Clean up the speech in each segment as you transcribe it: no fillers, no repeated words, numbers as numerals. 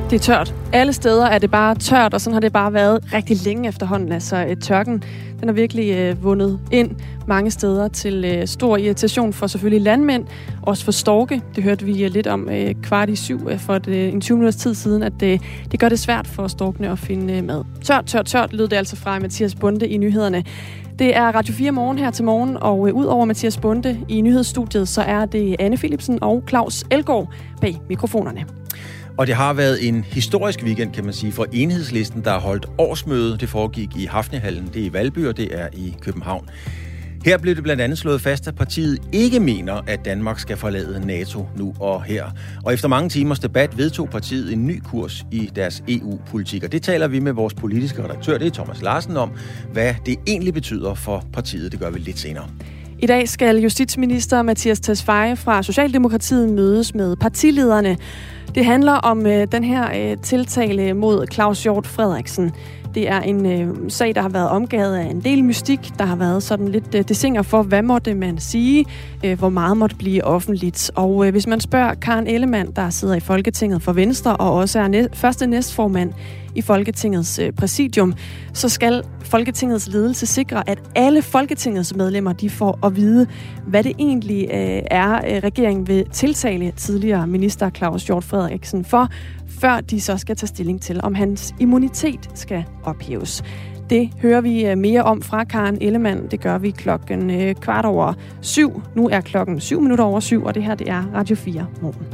Det er tørt. Alle steder er det bare tørt, og sådan har det bare været rigtig længe efterhånden. Altså tørken, den har virkelig vundet ind mange steder til stor irritation for selvfølgelig landmænd, også for storke. Det hørte vi lidt om 6:15 for en 20 minutters tid siden, at det gør det svært for storkene at finde mad. Tørt lød det altså fra Mathias Bonde i nyhederne. Det er Radio 4 Morgen her til morgen, og ud over Mathias Bonde i nyhedsstudiet, så er det Anne Philipsen og Claus Elgaard bag mikrofonerne. Og det har været en historisk weekend, kan man sige, for Enhedslisten, der har holdt årsmøde. Det foregik i Hafnihallen, det er i Valby, og det er i København. Her blev det blandt andet slået fast, at partiet ikke mener, at Danmark skal forlade NATO nu og her. Og efter mange timers debat vedtog partiet en ny kurs i deres EU-politik. Og det taler vi med vores politiske redaktør, det er Thomas Larsen, om, hvad det egentlig betyder for partiet. Det gør vi lidt senere. I dag skal justitsminister Mattias Tesfaye fra Socialdemokratiet mødes med partilederne. Det handler om den her tiltale mod Claus Hjort Frederiksen. Det er en sag, der har været omgivet af en del mystik. Der har været sådan lidt desinger for, hvad måtte man sige, hvor meget måtte blive offentligt. Og hvis man spørger Karen Ellemann, der sidder i Folketinget for Venstre og også er første næstformand i Folketingets præsidium, så skal Folketingets ledelse sikre, at alle Folketingets medlemmer de får at vide, hvad det egentlig er, regeringen vil tiltale tidligere minister Claus Hjort Frederiksen for, før de så skal tage stilling til, om hans immunitet skal ophæves. Det hører vi mere om fra Karen Ellemann. Det gør vi 7:15. Nu er klokken 7:07, og det her det er Radio 4 Morgen.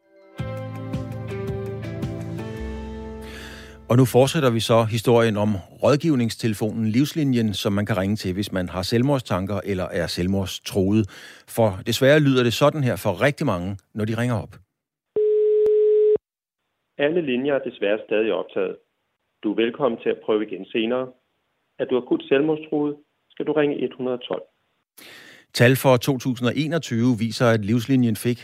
Og nu fortsætter vi så historien om rådgivningstelefonen Livslinjen, som man kan ringe til, hvis man har selvmordstanker eller er selvmordstruet. For desværre lyder det sådan her for rigtig mange, når de ringer op. Alle linjer er desværre stadig optaget. Du er velkommen til at prøve igen senere. Er du akut selvmordstruet, skal du ringe 112. Tal for 2021 viser, at Livslinjen fik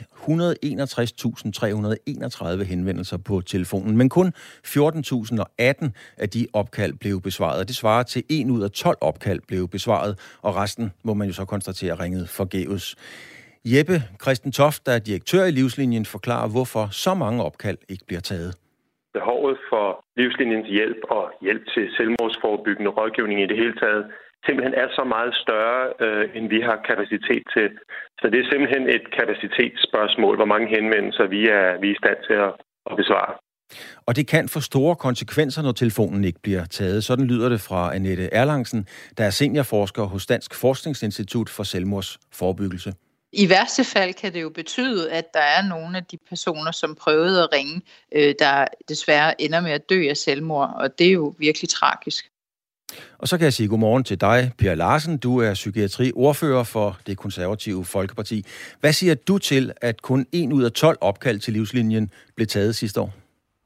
161.331 henvendelser på telefonen, men kun 14.018 af de opkald blev besvaret. Det svarer til 1 ud af 12 opkald blev besvaret, og resten må man jo så konstatere ringet forgæves. Jeppe Christen Toft, der er direktør i Livslinjen, forklarer, hvorfor så mange opkald ikke bliver taget. Behovet for Livslinjens hjælp og hjælp til selvmordsforebyggende rådgivning i det hele taget simpelthen er så meget større, end vi har kapacitet til. Så det er simpelthen et kapacitetsspørgsmål, hvor mange henvendelser vi er i stand til at besvare. Og det kan få store konsekvenser, når telefonen ikke bliver taget. Sådan lyder det fra Annette Erlangsen, der er seniorforsker hos Dansk Forskningsinstitut for Selvmordsforebyggelse. I værste fald kan det jo betyde, at der er nogle af de personer, som prøvede at ringe, der desværre ender med at dø af selvmord, og det er jo virkelig tragisk. Og så kan jeg sige godmorgen til dig, Per Larsen. Du er psykiatriordfører for Det Konservative Folkeparti. Hvad siger du til, at kun 1 ud af 12 opkald til Livslinjen blev taget sidste år?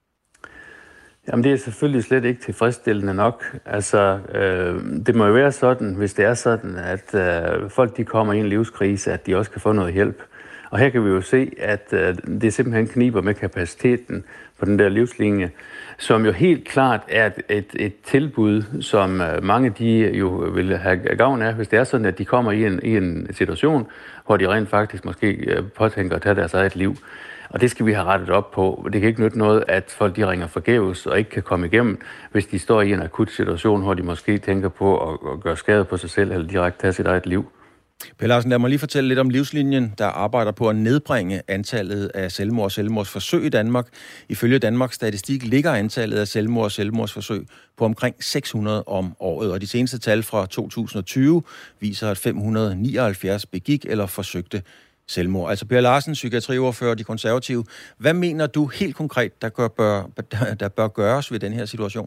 Jamen det er selvfølgelig slet ikke tilfredsstillende nok. Altså, det må jo være sådan, hvis det er sådan, at folk de kommer i en livskrise, at de også kan få noget hjælp. Og her kan vi jo se, at det simpelthen kniber med kapaciteten på den der livslinje, som jo helt klart er et tilbud, som mange de jo vil have gavn af, hvis det er sådan, at de kommer i en situation, hvor de rent faktisk måske påtænker at tage deres eget liv. Og det skal vi have rettet op på. Det kan ikke nytte noget, at folk de ringer forgæves og ikke kan komme igennem, hvis de står i en akut situation, hvor de måske tænker på at gøre skade på sig selv eller direkte tage sit eget liv. Per Larsen, lad mig lige fortælle lidt om Livslinjen, der arbejder på at nedbringe antallet af selvmord og selvmordsforsøg i Danmark. Ifølge Danmarks Statistik ligger antallet af selvmord og selvmordsforsøg på omkring 600 om året, og de seneste tal fra 2020 viser, at 579 begik eller forsøgte selvmord. Altså Per Larsen, psykiatriordfører, De Konservative. Hvad mener du helt konkret, der bør gøres ved den her situation?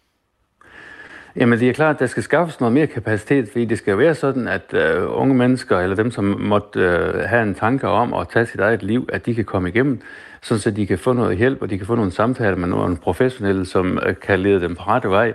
Jamen det er klart, at der skal skaffes noget mere kapacitet, fordi det skal jo være sådan, at unge mennesker, eller dem, som måtte have en tanke om at tage sit eget liv, at de kan komme igennem, sådan så de kan få noget hjælp, og de kan få nogle samtaler med nogle professionelle, som kan lede dem på rette vej.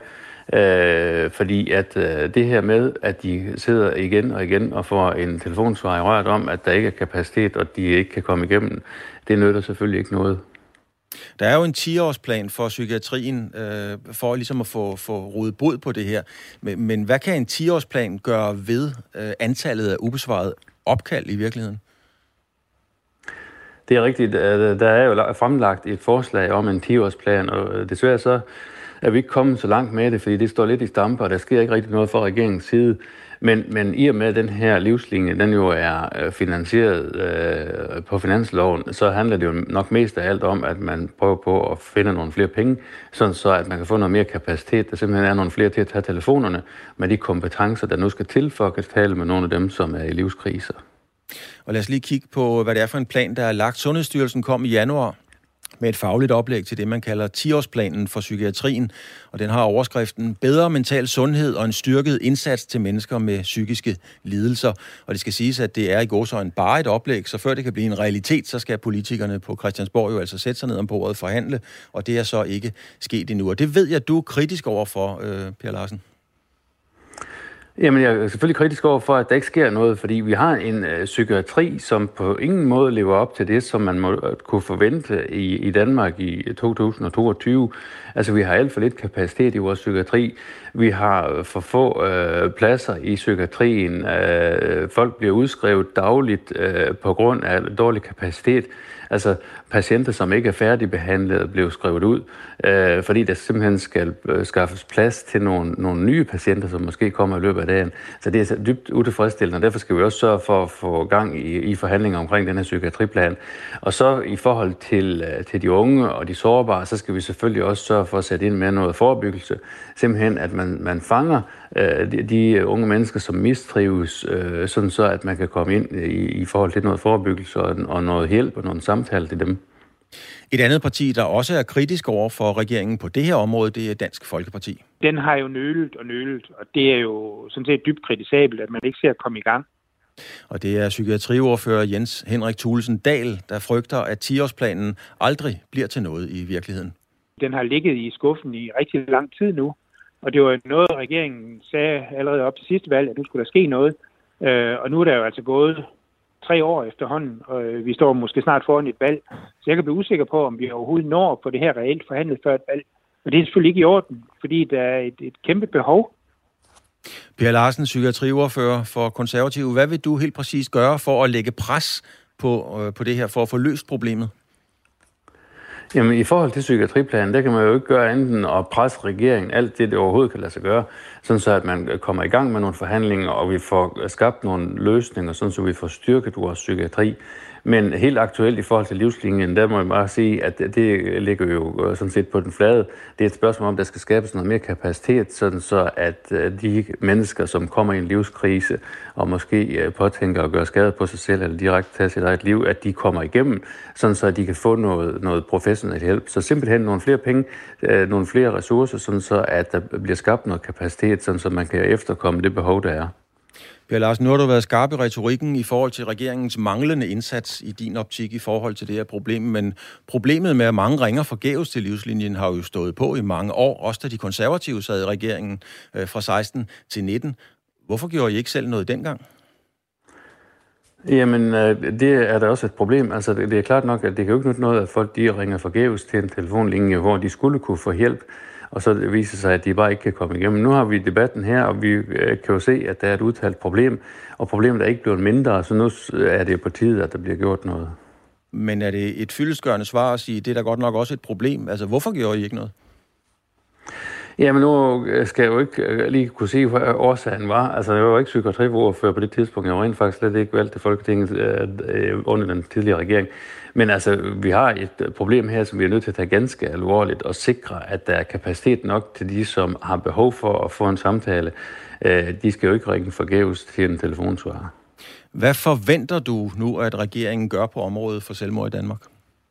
Fordi at det her med, at de sidder igen og igen og får en telefonsvar i røret om, at der ikke er kapacitet, og de ikke kan komme igennem, det nytter selvfølgelig ikke noget. Der er jo en 10-årsplan for psykiatrien, for ligesom at få rodet bod på det her. Men hvad kan en 10-årsplan gøre ved antallet af ubesvarede opkald i virkeligheden? Det er rigtigt. Der er jo fremlagt et forslag om en 10-årsplan, og desværre så er vi ikke kommet så langt med det, fordi det står lidt i stampe, og der sker ikke rigtig noget fra regeringens side. Men i og med, at den her livslinje, den jo er finansieret på finansloven, så handler det jo nok mest af alt om, at man prøver på at finde nogle flere penge, sådan så at man kan få noget mere kapacitet. Der simpelthen er nogle flere til at tage telefonerne med de kompetencer, der nu skal til for at kan tale med nogle af dem, som er i livskriser. Og lad os lige kigge på, hvad det er for en plan, der er lagt. Sundhedsstyrelsen kom i januar med et fagligt oplæg til det, man kalder 10-årsplanen for psykiatrien, og den har overskriften bedre mental sundhed og en styrket indsats til mennesker med psykiske lidelser. Og det skal siges, at det er i gåseøjne bare et oplæg, så før det kan blive en realitet, så skal politikerne på Christiansborg jo altså sætte sig ned om bordet og forhandle, og det er så ikke sket endnu. Og det ved jeg, du er kritisk overfor, Per Larsen. Jamen, jeg er selvfølgelig kritisk over for, at der ikke sker noget, fordi vi har en psykiatri, som på ingen måde lever op til det, som man må kunne forvente i Danmark i 2022. Altså, vi har alt for lidt kapacitet i vores psykiatri. Vi har for få pladser i psykiatrien. Folk bliver udskrevet dagligt på grund af dårlig kapacitet. Altså, patienter, som ikke er færdigbehandlet, bliver skrevet ud, fordi der simpelthen skal skaffes plads til nogle nye patienter, som måske kommer i løbet af dagen. Så det er dybt utilfredsstillende, og derfor skal vi også sørge for at få gang i forhandlinger omkring den her psykiatriplan. Og så i forhold til de unge og de sårbare, så skal vi selvfølgelig også sørge for at sætte ind med noget forebyggelse. Simpelthen, at man fanger de unge mennesker, som mistrives, sådan så, at man kan komme ind i forhold til noget forebyggelse og noget hjælp og noget samtale til dem. Et andet parti, der også er kritisk over for regeringen på det her område, det er Dansk Folkeparti. Den har jo nølet, og det er jo sådan set dybt kritisabelt, at man ikke ser at komme i gang. Og det er psykiatriordfører Jens Henrik Thulesen Dahl, der frygter, at 10-årsplanen aldrig bliver til noget i virkeligheden. Den har ligget i skuffen i rigtig lang tid nu, og det var noget, regeringen sagde allerede op til sidste valg, at nu skulle der ske noget. Og nu er der jo altså gået 3 år efterhånden, og vi står måske snart foran et valg. Så jeg kan blive usikker på, om vi overhovedet når på det her reelt forhandlet før et valg. Og det er selvfølgelig ikke i orden, fordi der er et kæmpe behov. Per Larsen, psykiatriordfører for Konservative. Hvad vil du helt præcis gøre for at lægge pres på det her, for at få løst problemet? Jamen, i forhold til psykiatriplanen, der kan man jo ikke gøre enten at presse regeringen, alt det overhovedet kan lade sig gøre, sådan så at man kommer i gang med nogle forhandlinger, og vi får skabt nogle løsninger, sådan så vi får styrket vores psykiatri. Men helt aktuelt i forhold til livslinjen, der må jeg bare sige, at det ligger jo sådan set på den flade. Det er et spørgsmål om, der skal skabes noget mere kapacitet, sådan så at de mennesker, som kommer i en livskrise og måske påtænker at gøre skade på sig selv eller direkte tage sit eget liv, at de kommer igennem, sådan så at de kan få noget professionel hjælp. Så simpelthen nogle flere penge, nogle flere ressourcer, sådan så at der bliver skabt noget kapacitet, sådan så man kan efterkomme det behov, der er. Per Larsen, nu har du været skarp i retorikken i forhold til regeringens manglende indsats i din optik i forhold til det her problem, men problemet med, at mange ringer forgæves til livslinjen, har jo stået på i mange år, også da de konservative sad i regeringen fra 16 til 19. Hvorfor gjorde I ikke selv noget dengang? Jamen, det er da også et problem. Altså, det er klart nok, at det kan jo ikke nytte noget, at folk de ringer forgæves til en telefonlinje, hvor de skulle kunne få hjælp, og så viser sig, at de bare ikke kan komme igennem. Nu har vi debatten her, og vi kan jo se, at der er et udtalt problem, og problemet er ikke blevet mindre, så nu er det på tide, at der bliver gjort noget. Men er det et fyldestgørende svar at sige, at det er da godt nok også et problem? Altså, hvorfor gjorde I ikke noget? Jamen, nu skal jeg jo ikke lige kunne sige, hvad årsagen var. Altså, jeg var jo ikke psykiatriordfører på det tidspunkt. Jeg var rent faktisk slet ikke valgt til Folketinget under den tidligere regering. Men altså, vi har et problem her, som vi er nødt til at tage ganske alvorligt og sikre, at der er kapacitet nok til de, som har behov for at få en samtale. De skal jo ikke ringe forgæves til en telefonsvarer. Hvad forventer du nu, at regeringen gør på området for selvmord i Danmark?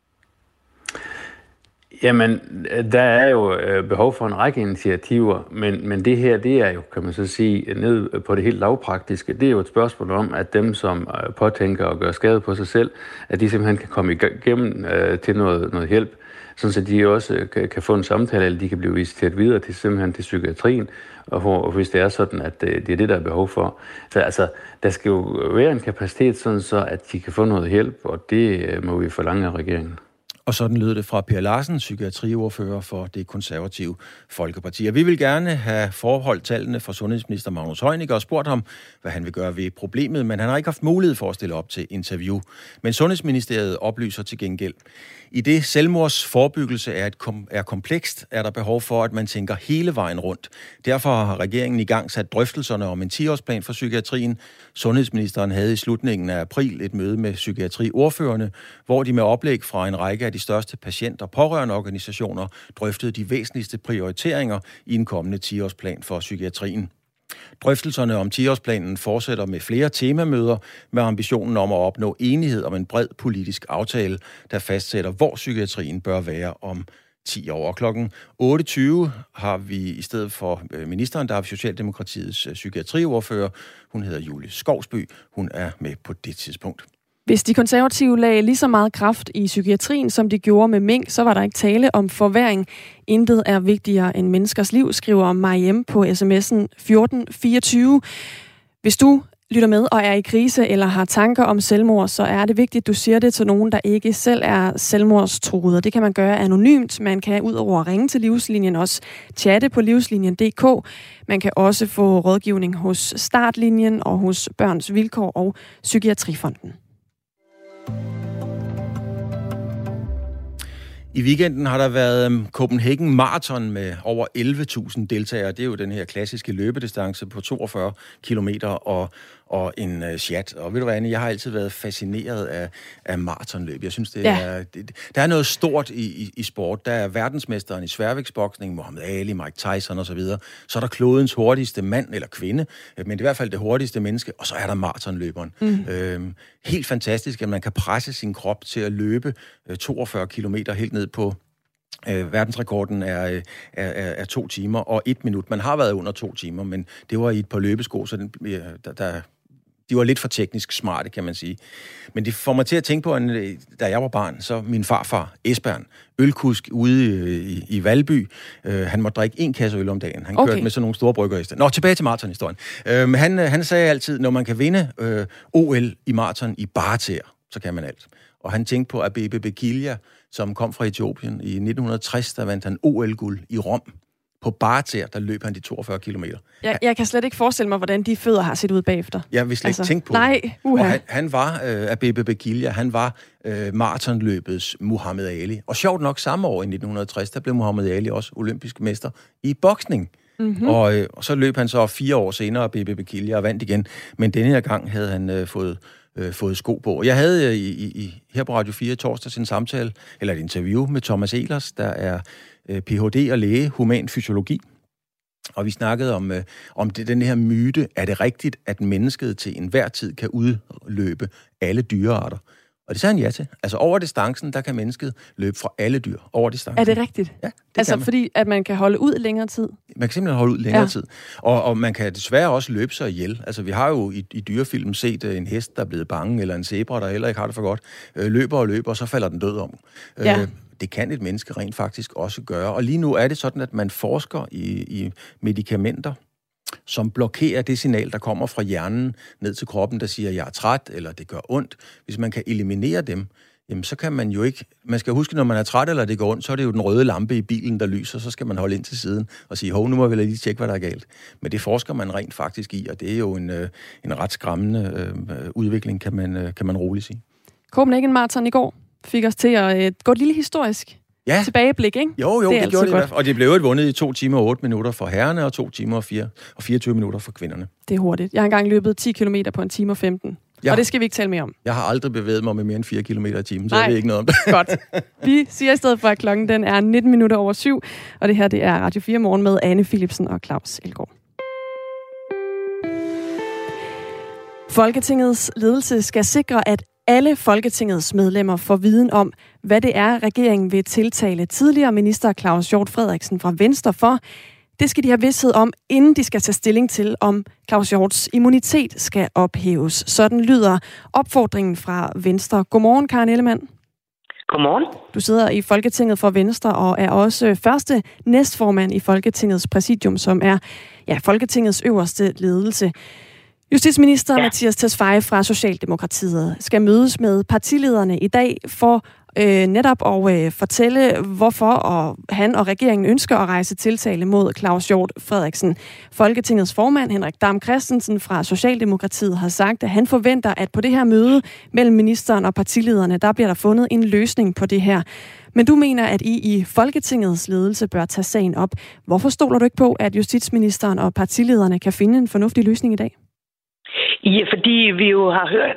Jamen, der er jo behov for en række initiativer, men det her, det er jo, kan man så sige, ned på det helt lavpraktiske. Det er jo et spørgsmål om, at dem, som påtænker at gøre skade på sig selv, at de simpelthen kan komme igennem til noget hjælp, sådan så de også kan få en samtale, eller de kan blive visiteret videre til simpelthen til psykiatrien, og hvis det er sådan, at det er det, der er behov for. Så altså, der skal jo være en kapacitet, sådan så at de kan få noget hjælp, og det må vi forlange af regeringen. Og sådan lød det fra Per Larsen, psykiatriordfører for Det Konservative Folkeparti. Og vi vil gerne have forholdt tallene fra sundhedsminister Magnus Heunicke og spurgt ham, hvad han vil gøre ved problemet, men han har ikke haft mulighed for at stille op til interview. Men Sundhedsministeriet oplyser til gengæld. I det selvmordsforebyggelse er komplekst, er der behov for, at man tænker hele vejen rundt. Derfor har regeringen i gang sat drøftelserne om en 10-årsplan for psykiatrien. Sundhedsministeren havde i slutningen af april et møde med psykiatriordførerne, hvor de med oplæg fra en række af de største patient- og pårørendeorganisationer drøftede de væsentligste prioriteringer i en kommende 10-årsplan for psykiatrien. Drøftelserne om 10-årsplanen fortsætter med flere temamøder med ambitionen om at opnå enighed om en bred politisk aftale, der fastsætter, hvor psykiatrien bør være om 10 år. Klokken 8.20 har vi i stedet for ministeren, der er Socialdemokratiets psykiatriordfører. Hun hedder Julie Skovsby. Hun er med på det tidspunkt. Hvis de konservative lagde lige så meget kraft i psykiatrien, som de gjorde med mink, så var der ikke tale om forværing. Intet er vigtigere end menneskers liv, skriver Mariem på sms'en 1424. Hvis du lytter med og er i krise eller har tanker om selvmord, så er det vigtigt, at du siger det til nogen, der ikke selv er selvmordstruede. Det kan man gøre anonymt. Man kan ud over at ringe til Livslinjen også chatte på livslinjen.dk. Man kan også få rådgivning hos Startlinjen og hos Børns Vilkår og Psykiatrifonden. I weekenden har der været Copenhagen Marathon med over 11.000 deltagere. Det er jo den her klassiske løbedistance på 42 kilometer og en chat. Og ved du hvad, Anne, jeg har altid været fascineret af maratonløb. Jeg synes, der er noget stort i sport. Der er verdensmesteren i sværvægtsboksning, Muhammad Ali, Mike Tyson osv. Så er der klodens hurtigste mand eller kvinde, men det er i hvert fald det hurtigste menneske, og så er der maratonløberen. Helt fantastisk, at man kan presse sin krop til at løbe 42 kilometer helt ned på verdensrekorden er 2 timer og 1 minut. Man har været under 2 timer, men det var i et par løbesko, så de var lidt for teknisk smarte, kan man sige. Men det får mig til at tænke på, da jeg var barn, så min farfar, Esbern, ølkusk ude i Valby. Han måtte drikke 1 kasse øl om dagen. Han kørte med sådan nogle store brygger. Nå, tilbage til maratonhistorien. Han sagde altid, når man kan vinde OL i maraton i barter, så kan man alt. Og han tænkte på Abebe Bikila, som kom fra Etiopien. I 1960, der vandt han OL-guld i Rom. På barter, der løb han de 42 kilometer. Jeg kan slet ikke forestille mig, hvordan de fødder har set ud bagefter. Jeg vil slet ikke tænke på det. Og han var Abebe Bikila, han var maratonløbets Muhammad Ali. Og sjovt nok samme år i 1960, der blev Muhammad Ali også olympisk mester i boksning. Mm-hmm. Og så løb han så 4 år senere Abebe Bikila og vandt igen. Men denne her gang havde han fået sko på. Jeg havde her på Radio 4 torsdag en samtale, eller et interview med Thomas Ehlers, der er Ph.D. og læge, human fysiologi. Og vi snakkede om den her myte. Er det rigtigt, at mennesket til enhver tid kan udløbe alle dyrearter? Og det sagde han ja til. Altså over distancen, der kan mennesket løbe fra alle dyr over distancen. Er det rigtigt? Ja, det altså fordi, at man kan holde ud længere tid? Man kan simpelthen holde ud længere tid. Og man kan desværre også løbe sig ihjel. Altså vi har jo i dyrefilm set en hest, der er blevet bange, eller en zebra, der heller ikke har det for godt, løber, og så falder den død om. Ja. Det kan et menneske rent faktisk også gøre. Og lige nu er det sådan, at man forsker i medicamenter, som blokerer det signal, der kommer fra hjernen ned til kroppen, der siger, jeg er træt, eller det gør ondt. Hvis man kan eliminere dem, jamen så kan man jo ikke... Man skal huske, når man er træt, eller det går ondt, så er det jo den røde lampe i bilen, der lyser, så skal man holde ind til siden og sige, nu må vi lige tjekke, hvad der er galt. Men det forsker man rent faktisk i, og det er jo en ret skræmmende udvikling, kan man roligt sige. Copenhagen Marathon i går fik os til at gå et lille historisk tilbageblik, ikke? Jo, det gjorde det i hvert fald. Og det blev jo vundet i 2 timer og 8 minutter for herrerne, og 2 timer og 24 minutter for kvinderne. Det er hurtigt. Jeg har engang løbet 10 kilometer på 1 time og 15. Og det skal vi ikke tale mere om. Jeg har aldrig bevæget mig med mere end 4 kilometer i timen, så jeg ved ikke noget om det. Godt. Vi siger i stedet for, at klokken den er 19 minutter over 7, og det her det er Radio 4 Morgen med Anne Philipsen og Claus Elgaard. Folketingets ledelse skal sikre, at alle Folketingets medlemmer får viden om, hvad det er, regeringen vil tiltale tidligere minister Claus Hjort Frederiksen fra Venstre for. Det skal de have vidsthed om, inden de skal tage stilling til, om Claus Hjorts immunitet skal ophæves. Sådan lyder opfordringen fra Venstre. Godmorgen, Karen Ellemann. Godmorgen. Du sidder i Folketinget for Venstre og er også første næstformand i Folketingets præsidium, som er Folketingets øverste ledelse. Justitsminister Mattias Tesfaye fra Socialdemokratiet skal mødes med partilederne i dag for netop at fortælle, hvorfor han og regeringen ønsker at rejse tiltale mod Claus Hjort Frederiksen. Folketingets formand Henrik Dam Kristensen fra Socialdemokratiet har sagt, at han forventer, at på det her møde mellem ministeren og partilederne, der bliver der fundet en løsning på det her. Men du mener, at I Folketingets ledelse bør tage sagen op. Hvorfor stoler du ikke på, at justitsministeren og partilederne kan finde en fornuftig løsning i dag? Ja, fordi vi jo har hørt,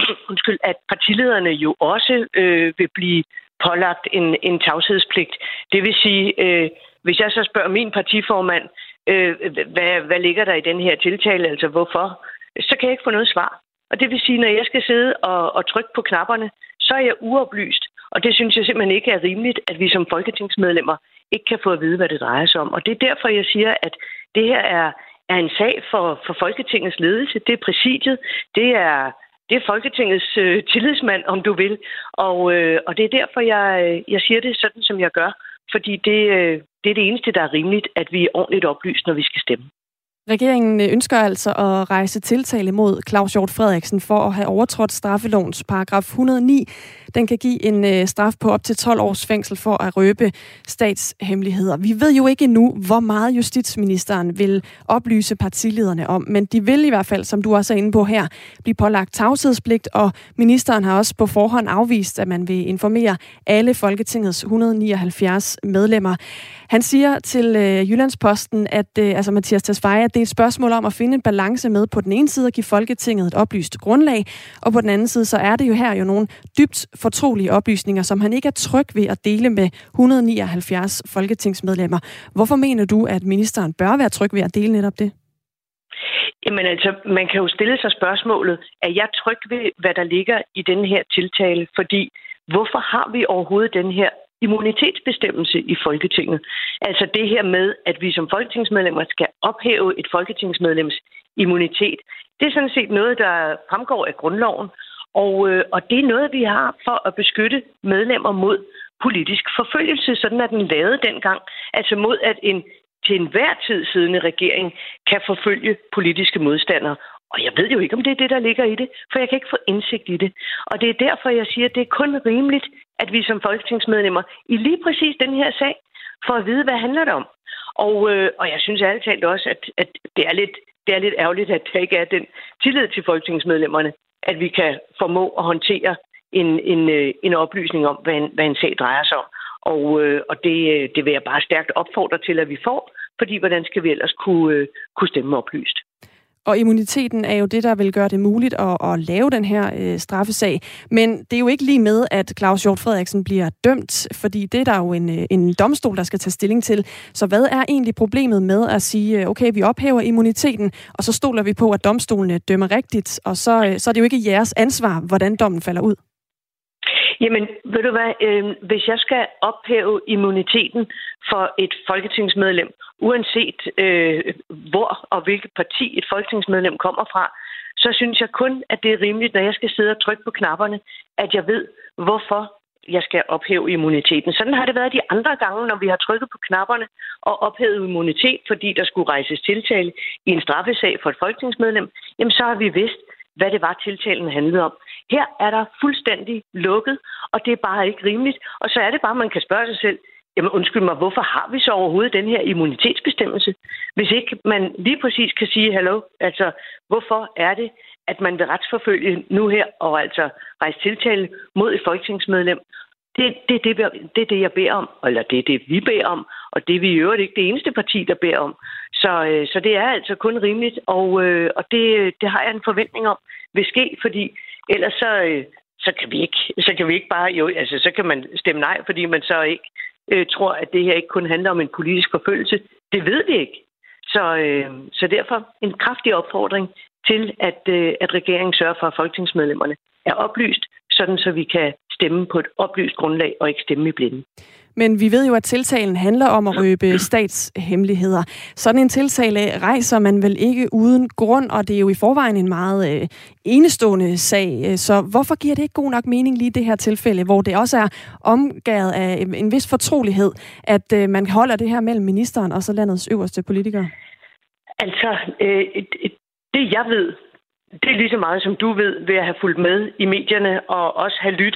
at partilederne jo også vil blive pålagt en tavshedspligt. Det vil sige, hvis jeg så spørger min partiformand, hvad ligger der i den her tiltale, altså hvorfor, så kan jeg ikke få noget svar. Og det vil sige, når jeg skal sidde og trykke på knapperne, så er jeg uoplyst. Og det synes jeg simpelthen ikke er rimeligt, at vi som folketingsmedlemmer ikke kan få at vide, hvad det drejer sig om. Og det er derfor, jeg siger, at det her er en sag for Folketingets ledelse. Det er præsidiet. Det er Folketingets tillidsmand, om du vil. Og det er derfor, jeg siger det sådan, som jeg gør. Fordi det er det eneste, der er rimeligt, at vi er ordentligt oplyst, når vi skal stemme. Regeringen ønsker altså at rejse tiltale mod Claus Hjort Frederiksen for at have overtrådt straffelovens paragraf 109. Den kan give en straf på op til 12 års fængsel for at røbe statshemmeligheder. Vi ved jo ikke endnu, hvor meget justitsministeren vil oplyse partilederne om, men de vil i hvert fald, som du også er inde på her, blive pålagt tavshedspligt, og ministeren har også på forhånd afvist, at man vil informere alle Folketingets 179 medlemmer. Han siger til Jyllandsposten, at Mattias Tesfaye, at det er et spørgsmål om at finde en balance med på den ene side at give Folketinget et oplyst grundlag, og på den anden side, så er det jo her nogle dybt fortrolige oplysninger, som han ikke er tryg ved at dele med 179 folketingsmedlemmer. Hvorfor mener du, at ministeren bør være tryg ved at dele netop det? Jamen altså, man kan jo stille sig spørgsmålet, er jeg tryg ved, hvad der ligger i den her tiltale? Fordi hvorfor har vi overhovedet den her immunitetsbestemmelse i Folketinget? Altså det her med, at vi som folketingsmedlemmer skal ophæve et folketingsmedlems immunitet. Det er sådan set noget, der fremgår af grundloven, og det er noget, vi har for at beskytte medlemmer mod politisk forfølgelse, sådan at den lavede dengang. Altså mod, at en til enhver tid siddende regering kan forfølge politiske modstandere. Og jeg ved jo ikke, om det er det, der ligger i det, for jeg kan ikke få indsigt i det. Og det er derfor, jeg siger, at det er kun rimeligt, at vi som folketingsmedlemmer i lige præcis den her sag får at vide, hvad handler det om. Og jeg synes ærligt talt også, at det er lidt ærgerligt, at der ikke er den tillid til folketingsmedlemmerne, at vi kan formå at håndtere en oplysning om, hvad en sag drejer sig om. Og det vil jeg bare stærkt opfordre til, at vi får, fordi hvordan skal vi ellers kunne stemme oplyst? Og immuniteten er jo det, der vil gøre det muligt at lave den her straffesag. Men det er jo ikke lige med, at Claus Hjort Frederiksen bliver dømt, fordi det er der jo en domstol, der skal tage stilling til. Så hvad er egentlig problemet med at sige, okay, vi ophæver immuniteten, og så stoler vi på, at domstolene dømmer rigtigt, og så er det jo ikke jeres ansvar, hvordan dommen falder ud? Jamen, ved du hvad, hvis jeg skal ophæve immuniteten for et folketingsmedlem, uanset hvor og hvilket parti et folketingsmedlem kommer fra, så synes jeg kun, at det er rimeligt, når jeg skal sidde og trykke på knapperne, at jeg ved, hvorfor jeg skal ophæve immuniteten. Sådan har det været de andre gange, når vi har trykket på knapperne og ophævet immunitet, fordi der skulle rejses tiltale i en straffesag for et folketingsmedlem, jamen så har vi vidst, hvad det var, tiltalen handlede om. Her er der fuldstændig lukket, og det er bare ikke rimeligt. Og så er det bare, man kan spørge sig selv, jamen undskyld mig, hvorfor har vi så overhovedet den her immunitetsbestemmelse? Hvis ikke man lige præcis kan sige, hallo, altså hvorfor er det, at man vil retsforfølge nu her, og altså rejse tiltale mod et folketingsmedlem? Det er det, jeg beder om, eller det er det, vi beder om, og det er vi i øvrigt ikke det eneste parti, der beder om. Så det er altså kun rimeligt, og det har jeg en forventning om vil ske, fordi ellers så kan vi ikke bare, jo, altså så kan man stemme nej, fordi man så ikke tror, at det her ikke kun handler om en politisk forfølgelse. Det ved vi ikke. Så derfor en kraftig opfordring til, at regeringen sørger for, at folketingsmedlemmerne er oplyst, sådan så vi kan stemme på et oplyst grundlag og ikke stemme i blinde. Men vi ved jo, at tiltalen handler om at røbe statshemmeligheder. Sådan en tiltale rejser man vel ikke uden grund, og det er jo i forvejen en meget enestående sag. Så hvorfor giver det ikke god nok mening lige i det her tilfælde, hvor det også er omgået af en vis fortrolighed, at man holder det her mellem ministeren og så landets øverste politikere? Altså, det jeg ved, det er lige så meget, som du ved, ved at have fulgt med i medierne og også have lyttet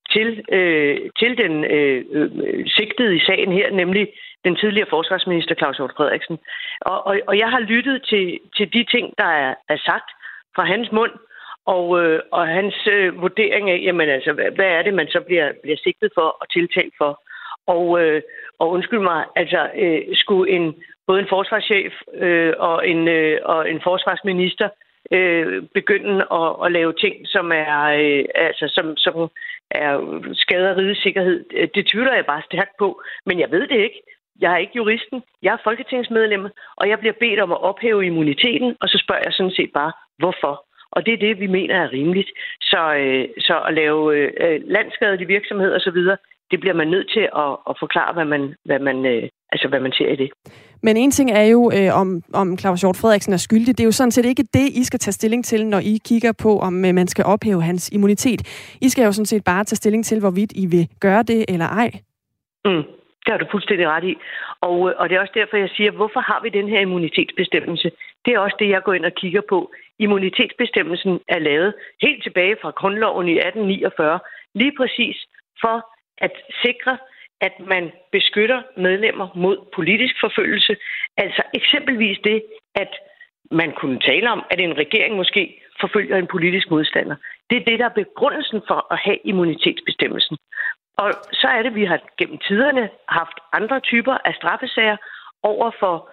til den sigtede i sagen her, nemlig den tidligere forsvarsminister Claus Hjort Frederiksen. Og jeg har lyttet til de ting, der er sagt fra hans mund, og hans vurdering af, jamen altså, hvad er det, man så bliver sigtet for og tiltalt for. Og undskyld mig, altså skulle både en forsvarschef og en forsvarsminister begynde at lave ting, som som er skader rigets sikkerhed. Det tvivler jeg bare stærkt på, men jeg ved det ikke. Jeg er ikke juristen, jeg er folketingsmedlem, og jeg bliver bedt om at ophæve immuniteten, og så spørger jeg sådan set bare, hvorfor? Og det er det, vi mener er rimeligt. Så at lave landsskadelige virksomheder osv., det bliver man nødt til at forklare, hvad man ser i det. Men en ting er jo, om Claus Hjort Frederiksen er skyldig. Det er jo sådan set ikke det, I skal tage stilling til, når I kigger på, om man skal ophæve hans immunitet. I skal jo sådan set bare tage stilling til, hvorvidt I vil gøre det eller ej. Det har du fuldstændig ret i. Og det er også derfor, jeg siger, hvorfor har vi den her immunitetsbestemmelse? Det er også det, jeg går ind og kigger på. Immunitetsbestemmelsen er lavet helt tilbage fra grundloven i 1849, lige præcis for at sikre, at man beskytter medlemmer mod politisk forfølgelse. Altså eksempelvis det, at man kunne tale om, at en regering måske forfølger en politisk modstander. Det er det, der er begrundelsen for at have immunitetsbestemmelsen. Og så er det, at vi har gennem tiderne haft andre typer af straffesager over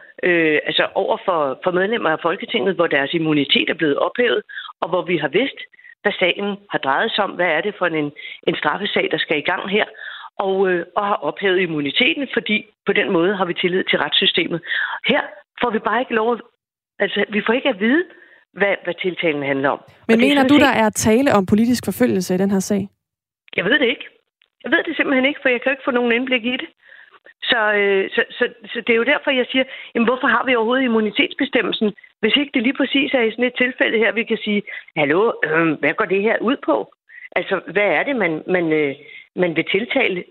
for medlemmer af Folketinget, hvor deres immunitet er blevet ophævet, og hvor vi har vidst, hvad sagen har drejet sig om, hvad er det for en straffesag, der skal i gang her, og har ophævet immuniteten, fordi på den måde har vi tillid til retssystemet. Her får vi bare ikke lov, altså vi får ikke at vide, hvad tiltalen handler om. Men mener du, der er tale om politisk forfølgelse i den her sag? Jeg ved det ikke. Jeg ved det simpelthen ikke, for jeg kan jo ikke få nogen indblik i det. Så det er jo derfor, jeg siger, jamen hvorfor har vi overhovedet immunitetsbestemmelsen, hvis ikke det lige præcis er i sådan et tilfælde her, vi kan sige, hallo, hvad går det her ud på? Altså, hvad er det, man vil tiltale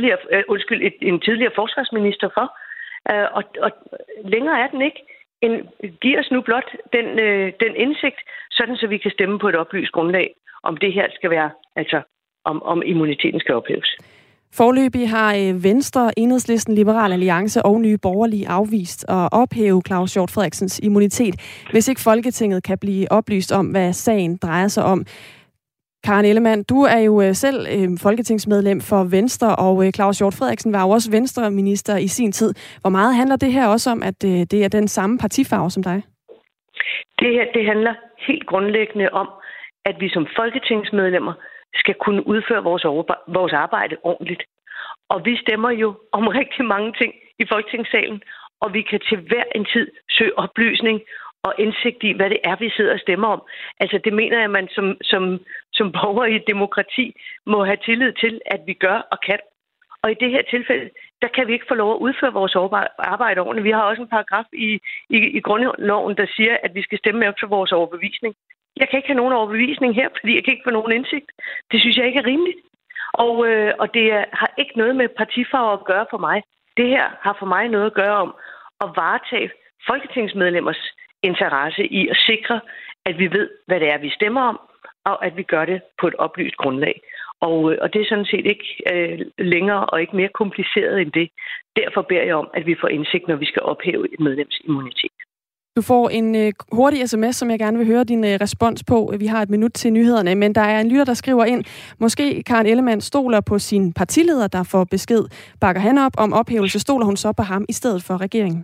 en tidligere forsvarsminister for? Og længere er den ikke. Giv os nu blot den indsigt, sådan så vi kan stemme på et oplyst grundlag, om det her skal være, altså om immuniteten skal ophæves. Foreløbig har Venstre, Enhedslisten, Liberal Alliance og Nye Borgerlige afvist at ophæve Claus Hjort Frederiksens immunitet, hvis ikke Folketinget kan blive oplyst om, hvad sagen drejer sig om. Karen Ellemann, du er jo selv folketingsmedlem for Venstre, og Claus Hjort Frederiksen var jo også Venstre-minister i sin tid. Hvor meget handler det her også om, at det er den samme partifarve som dig? Det her, det handler helt grundlæggende om, at vi som folketingsmedlemmer skal kunne udføre vores arbejde ordentligt. Og vi stemmer jo om rigtig mange ting i Folketingssalen, og vi kan til hver en tid søge oplysning og indsigt i, hvad det er, vi sidder og stemmer om. Altså det mener jeg, at man som borger i et demokrati må have tillid til, at vi gør og kan. Og i det her tilfælde, der kan vi ikke få lov at udføre vores arbejde ordentligt. Vi har også en paragraf i grundloven, der siger, at vi skal stemme efter vores overbevisning. Jeg kan ikke have nogen overbevisning her, fordi jeg kan ikke få nogen indsigt. Det synes jeg ikke er rimeligt. Og det har ikke noget med partifarve at gøre for mig. Det her har for mig noget at gøre om at varetage folketingsmedlemmers interesse i at sikre, at vi ved, hvad det er, vi stemmer om, og at vi gør det på et oplyst grundlag. Og det er sådan set ikke længere og ikke mere kompliceret end det. Derfor beder jeg om, at vi får indsigt, når vi skal ophæve et medlems immunitet. Du får en hurtig sms, som jeg gerne vil høre din respons på. Vi har et minut til nyhederne, men der er en lytter, der skriver ind. Måske Karen Ellemann stoler på sin partileder, der får besked. Bakker han op om ophævelse, stoler hun så på ham i stedet for regeringen?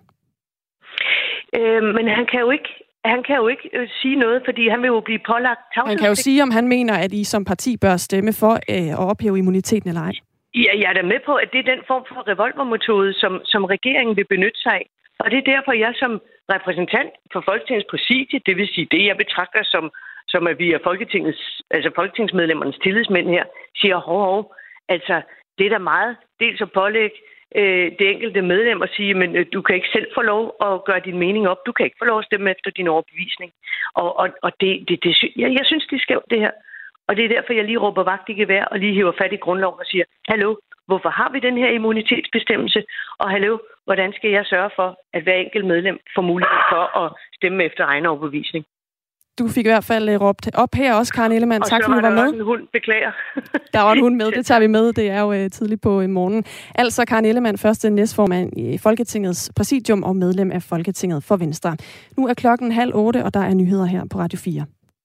Men han kan jo ikke sige noget, fordi han vil jo blive pålagt tavshedspligt. Han kan jo sige, om han mener, at I som parti bør stemme for at ophæve immuniteten eller ej. Ja, jeg er da med på, at det er den form for revolvermetode, som regeringen vil benytte sig af. Og det er derfor, jeg som repræsentant for Folketingets præsidie, det vil sige det, jeg betragter som at vi er folketingsmedlemmernes tillidsmænd her, siger hov, altså det er da meget dels at pålægge det enkelte medlem at sige, men du kan ikke selv få lov at gøre din mening op, du kan ikke få lov at stemme efter din overbevisning. Og jeg synes, det er skævt det her. Og det er derfor, jeg lige råber vagt i gevær og lige hiver fat i grundloven og siger, hallo, hvorfor har vi den her immunitetsbestemmelse? Og hallo, hvordan skal jeg sørge for, at hver enkelt medlem får mulighed for at stemme efter egen overbevisning? Du fik i hvert fald råbt op her også, Karen Ellemann. Tak fordi du var med. Og så var der også en hund, beklager. Der var en hund med, det tager vi med. Det er jo tidligt på morgenen. Altså Karen Ellemann, første næstformand i Folketingets præsidium og medlem af Folketinget for Venstre. Nu er klokken 7:30, og der er nyheder her på Radio 4.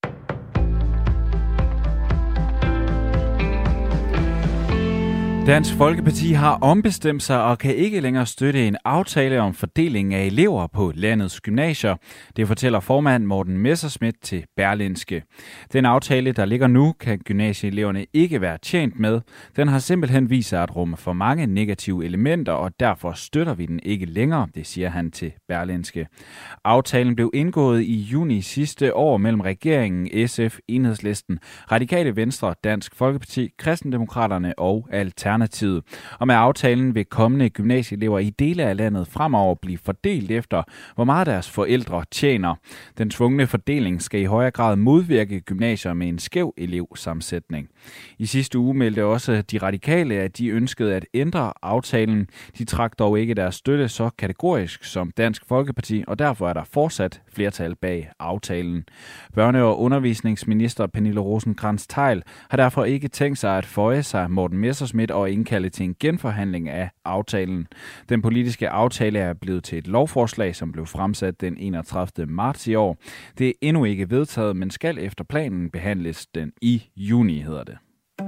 Dansk Folkeparti har ombestemt sig og kan ikke længere støtte en aftale om fordeling af elever på landets gymnasier. Det fortæller formand Morten Messerschmidt til Berlingske. Den aftale, der ligger nu, kan gymnasieeleverne ikke være tjent med. Den har simpelthen vist sig at rumme for mange negative elementer, og derfor støtter vi den ikke længere, det siger han til Berlingske. Aftalen blev indgået i juni sidste år mellem regeringen, SF, Enhedslisten, Radikale Venstre, Dansk Folkeparti, Kristendemokraterne og Alternativet. Og med aftalen vil kommende gymnasieelever i dele af landet fremover blive fordelt efter, hvor meget deres forældre tjener. Den tvungne fordeling skal i højere grad modvirke gymnasier med en skæv elevsammensætning. I sidste uge meldte også de radikale, at de ønskede at ændre aftalen. De trak dog ikke deres støtte så kategorisk som Dansk Folkeparti, og derfor er der fortsat flertal bag aftalen. Børne- og undervisningsminister Pernille Rosenkrantz-Theil har derfor ikke tænkt sig at føje sig Morten Messerschmidt og indkalde til en genforhandling af aftalen. Den politiske aftale er blevet til et lovforslag, som blev fremsat den 31. marts i år. Det er endnu ikke vedtaget, men skal efter planen behandles den i juni, hedder det.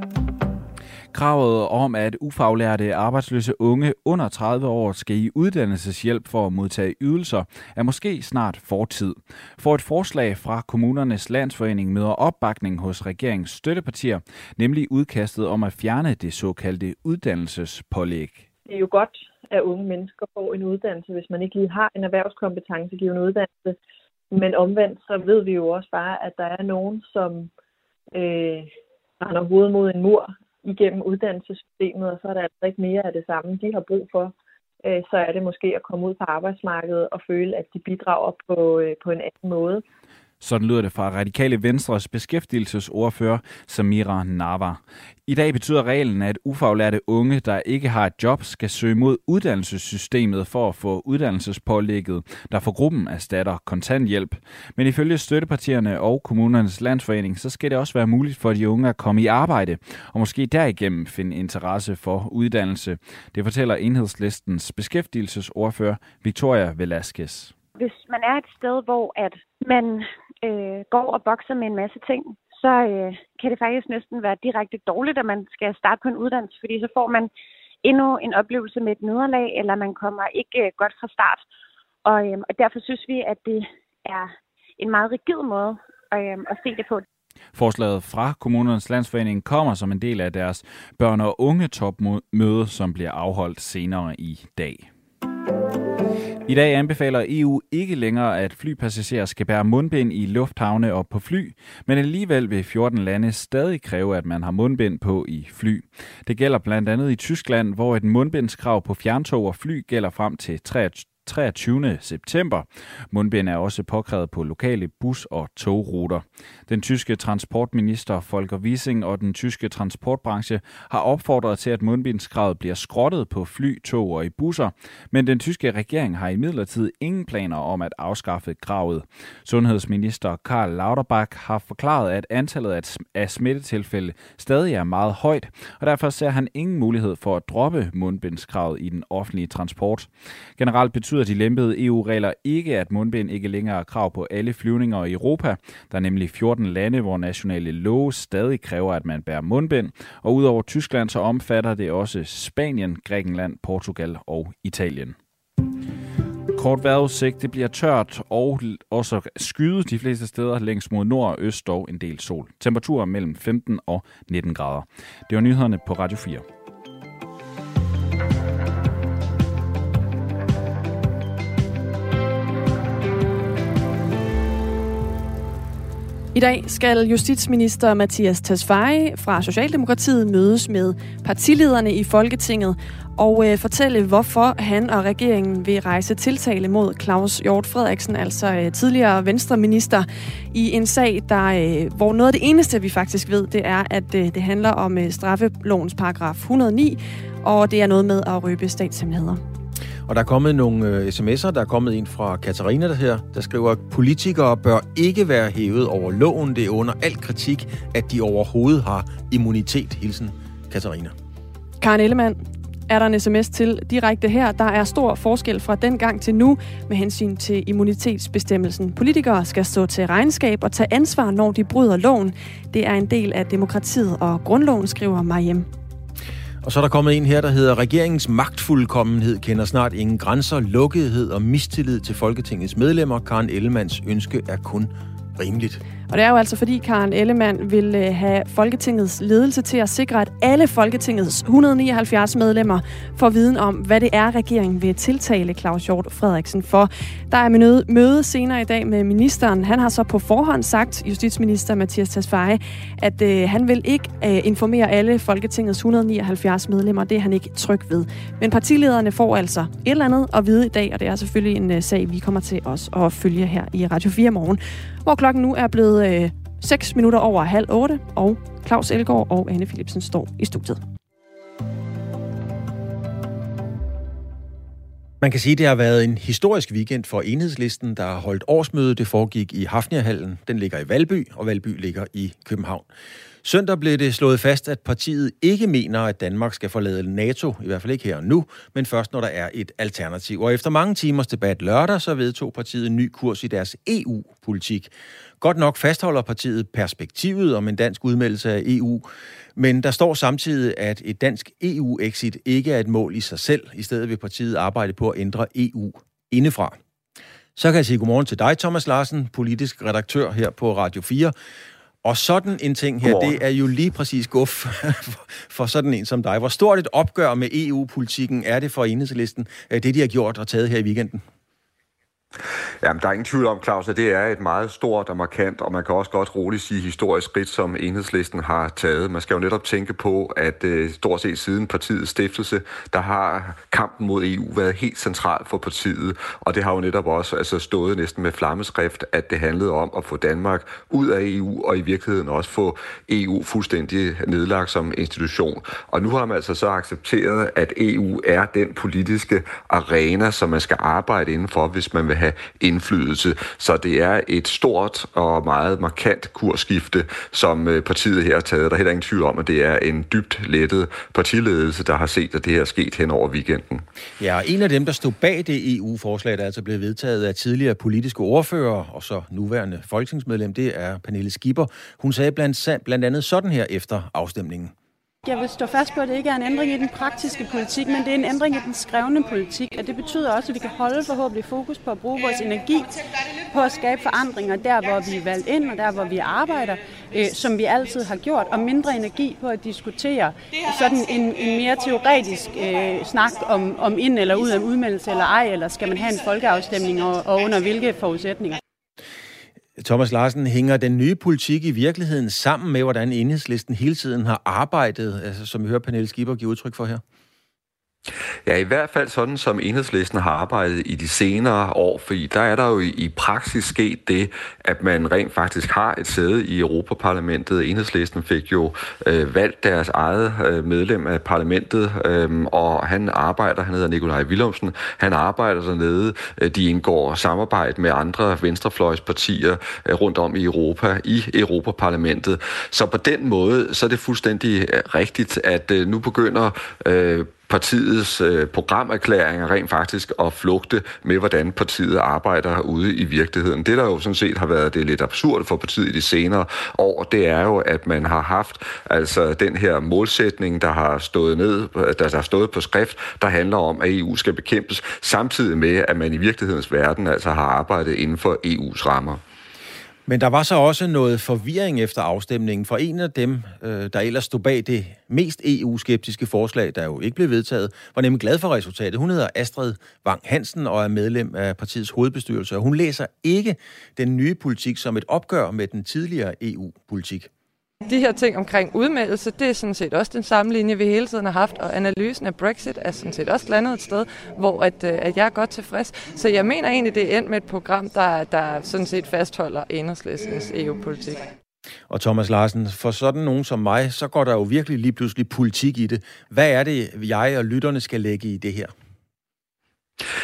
Kravet om, at ufaglærte arbejdsløse unge under 30 år skal i uddannelseshjælp for at modtage ydelser, er måske snart fortid. For et forslag fra Kommunernes Landsforening møder opbakning hos regeringens støttepartier, nemlig udkastet om at fjerne det såkaldte uddannelsespålæg. Det er jo godt, at unge mennesker får en uddannelse, hvis man ikke lige har en erhvervskompetencegivende uddannelse. Men omvendt, så ved vi jo også bare, at der er nogen, som render hovedet mod en mur igennem uddannelsessystemet, og så er der altså ikke mere af det samme, de har brug for. Så er det måske at komme ud på arbejdsmarkedet og føle, at de bidrager på en anden måde. Sådan lyder det fra Radikale Venstres beskæftigelsesordfører Samira Nawa. I dag betyder reglen, at ufaglærte unge, der ikke har et job, skal søge mod uddannelsessystemet for at få uddannelsespålægget, der for gruppen erstatter kontanthjælp. Men ifølge støttepartierne og Kommunernes Landsforening, så skal det også være muligt for de unge at komme i arbejde, og måske derigennem finde interesse for uddannelse. Det fortæller Enhedslistens beskæftigelsesordfører Victoria Velasquez. Hvis man er et sted, hvor at man går og bokser med en masse ting, så kan det faktisk næsten være direkte dårligt, at man skal starte på en uddannelse, fordi så får man endnu en oplevelse med et nederlag, eller man kommer ikke godt fra start. Og derfor synes vi, at det er en meget rigid måde at se det på. Forslaget fra Kommunernes Landsforening kommer som en del af deres børn- og unge-topmøde, som bliver afholdt senere i dag. I dag anbefaler EU ikke længere, at flypassagerer skal bære mundbind i lufthavne og på fly, men alligevel vil 14 lande stadig kræve, at man har mundbind på i fly. Det gælder blandt andet i Tyskland, hvor et mundbindskrav på fjerntog og fly gælder frem til 23. september. Mundbind er også påkrævet på lokale bus- og togruter. Den tyske transportminister Volker Wissing og den tyske transportbranche har opfordret til, at mundbindskravet bliver skrottet på fly, tog og i busser, men den tyske regering har imidlertid ingen planer om at afskaffe kravet. Sundhedsminister Karl Lauterbach har forklaret, at antallet af smittetilfælde stadig er meget højt, og derfor ser han ingen mulighed for at droppe mundbindskravet i den offentlige transport. Generelt betyder de lempede EU-regler ikke, at mundbind ikke længere er krav på alle flyvninger i Europa. Der er nemlig 14 lande, hvor nationale love stadig kræver, at man bærer mundbind. Og udover Tyskland, så omfatter det også Spanien, Grækenland, Portugal og Italien. Kort vejrudsigt, det bliver tørt og også skyet de fleste steder længst mod nord og øst, dog en del sol. Temperaturer mellem 15 og 19 grader. Det var nyhederne på Radio 4. I dag skal justitsminister Mattias Tesfaye fra Socialdemokratiet mødes med partilederne i Folketinget og fortælle, hvorfor han og regeringen vil rejse tiltale mod Claus Hjort Frederiksen, altså tidligere venstreminister, i en sag, hvor noget af det eneste, vi faktisk ved, det er, at det handler om straffelovens paragraf 109, og det er noget med at røbe statshemmeligheder. Og der er kommet nogle sms'er. Der er kommet en fra Katarina, der skriver, at politikere bør ikke være hævet over loven. Det er under al kritik, at de overhovedet har immunitet. Hilsen Katarina. Karen Ellemann, er der en sms til direkte her. Der er stor forskel fra dengang til nu med hensyn til immunitetsbestemmelsen. Politikere skal stå til regnskab og tage ansvar, når de bryder loven. Det er en del af demokratiet og grundloven, skriver Mariem. Og så er der kommet en her, der hedder, regeringens magtfuldkommenhed kender snart ingen grænser, lukkethed og mistillid til Folketingets medlemmer. Karen Ellemanns ønske er kun rimeligt. Og det er jo altså fordi Karen Ellemann vil have Folketingets ledelse til at sikre, at alle Folketingets 179 medlemmer får viden om, hvad det er, regeringen vil tiltale Claus Hjort Frederiksen for. Der er møde senere i dag med ministeren. Han har så på forhånd sagt, justitsminister Mattias Tesfaye, at han vil ikke informere alle Folketingets 179 medlemmer. Det er han ikke tryg ved. Men partilederne får altså et eller andet at vide i dag, og det er selvfølgelig en sag, vi kommer til os at følge her i Radio 4 morgen, hvor klokken nu er blevet 6 minutter over 7:30, og Claus Elgaard og Anne Philipsen står i studiet. Man kan sige, at det har været en historisk weekend for Enhedslisten, der har holdt årsmøde. Det foregik i Hafniahallen. Den ligger i Valby, og Valby ligger i København. Søndag blev det slået fast, at partiet ikke mener, at Danmark skal forlade NATO, i hvert fald ikke her og nu, men først når der er et alternativ. Og efter mange timers debat lørdag, så vedtog partiet en ny kurs i deres EU-politik. Godt nok fastholder partiet perspektivet om en dansk udmeldelse af EU, men der står samtidig, at et dansk EU-exit ikke er et mål i sig selv. I stedet vil partiet arbejde på at ændre EU indefra. Så kan jeg sige godmorgen til dig, Thomas Larsen, politisk redaktør her på Radio 4. Og sådan en ting her, det er jo lige præcis guf for sådan en som dig. Hvor stort et opgør med EU-politikken er det for Enhedslisten, det de har gjort og taget her i weekenden? Jamen, der er ingen tvivl om, Claus, at det er et meget stort og markant, og man kan også godt roligt sige historisk skridt, som Enhedslisten har taget. Man skal jo netop tænke på, at stort set siden partiets stiftelse, der har kampen mod EU været helt central for partiet, og det har jo netop også stået næsten med flammeskrift, at det handlede om at få Danmark ud af EU, og i virkeligheden også få EU fuldstændig nedlagt som institution. Og nu har man altså så accepteret, at EU er den politiske arena, som man skal arbejde indenfor, hvis man vil have indflydelse. Så det er et stort og meget markant kursskifte, som partiet her har taget. Der er heller ingen tvivl om, at det er en dybt lettet partiledelse, der har set, at det her er sket hen over weekenden. Ja, og en af dem, der stod bag det EU-forslag, der altså blev vedtaget af tidligere politiske ordfører og så nuværende folketingsmedlem, det er Pernille Skipper. Hun sagde blandt andet sådan her efter afstemningen. Jeg vil stå fast på, at det ikke er en ændring i den praktiske politik, men det er en ændring i den skrevne politik. Og det betyder også, at vi kan holde forhåbentlig fokus på at bruge vores energi på at skabe forandringer der, hvor vi er valgt ind og der, hvor vi arbejder, som vi altid har gjort, og mindre energi på at diskutere sådan en mere teoretisk snak om ind eller ud af udmeldelse eller ej, eller skal man have en folkeafstemning og under hvilke forudsætninger. Thomas Larsen, hænger den nye politik i virkeligheden sammen med, hvordan Enhedslisten hele tiden har arbejdet, altså som vi hører Pernille Skipper give udtryk for her? Ja, i hvert fald sådan, som Enhedslisten har arbejdet i de senere år, fordi der er der jo i praksis sket det, at man rent faktisk har et sæde i Europaparlamentet. Enhedslisten fik jo valgt deres eget medlem af parlamentet, og han hedder Nikolaj Villumsen, han arbejder dernede. De indgår samarbejde med andre venstrefløjspartier rundt om i Europa, i Europaparlamentet. Så på den måde, så er det fuldstændig rigtigt, at nu begynder partiets programerklæringer rent faktisk at flugte med, hvordan partiet arbejder ude i virkeligheden. Det, der jo sådan set har været det lidt absurd for partiet i de senere år, det er jo, at man har haft altså den her målsætning, der har stået på skrift, der handler om, at EU skal bekæmpes, samtidig med, at man i virkelighedens verden altså har arbejdet inden for EU's rammer. Men der var så også noget forvirring efter afstemningen, for en af dem, der ellers stod bag det mest EU-skeptiske forslag, der jo ikke blev vedtaget, var nemlig glad for resultatet. Hun hedder Astrid Vang Hansen og er medlem af partiets hovedbestyrelse, og hun læser ikke den nye politik som et opgør med den tidligere EU-politik. De her ting omkring udmeldelse, det er sådan set også den samme linje, vi hele tiden har haft, og analysen af Brexit er sådan set også landet et sted, hvor at jeg er godt tilfreds. Så jeg mener egentlig, det er endt med et program, der sådan set fastholder Enhedslistens EU-politik. Og Thomas Larsen, for sådan nogen som mig, så går der jo virkelig lige pludselig politik i det. Hvad er det, jeg og lytterne skal lægge i det her?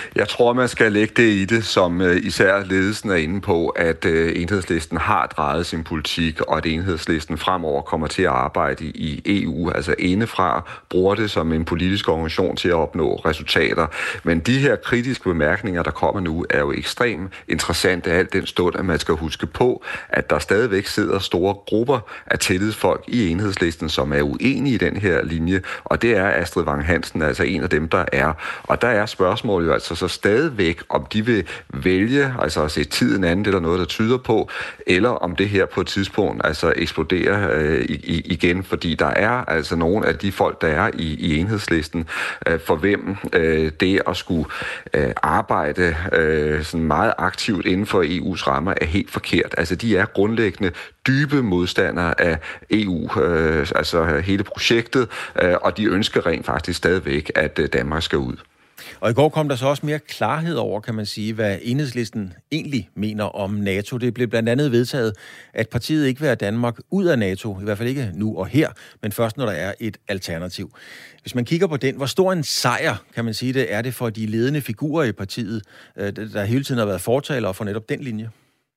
Jeg tror, man skal lægge det i det, som især ledelsen er inde på, at Enhedslisten har drejet sin politik, og at Enhedslisten fremover kommer til at arbejde i EU, altså indefra, bruger det som en politisk organisation til at opnå resultater. Men de her kritiske bemærkninger, der kommer nu, er jo ekstremt interessante, alt den stund, at man skal huske på, at der stadigvæk sidder store grupper af tillidsfolk i Enhedslisten, som er uenige i den her linje, og det er Astrid Vang Hansen, altså en af dem, der er. Og der er spørgsmålet jo altså så stadigvæk, om de vil vælge, altså at se tiden anden, det er der noget, der tyder på, eller om det her på et tidspunkt altså eksploderer igen, fordi der er altså nogle af de folk, der er i Enhedslisten, for hvem det at skulle arbejde sådan meget aktivt inden for EU's rammer er helt forkert. Altså de er grundlæggende dybe modstandere af EU, altså hele projektet, og de ønsker rent faktisk stadigvæk, at Danmark skal ud. Og i går kom der så også mere klarhed over, kan man sige, hvad Enhedslisten egentlig mener om NATO. Det blev blandt andet vedtaget, at partiet ikke vil have Danmark ud af NATO, i hvert fald ikke nu og her, men først når der er et alternativ. Hvis man kigger på den, hvor stor en sejr, kan man sige det, er det for de ledende figurer i partiet, der hele tiden har været fortalere for netop den linje?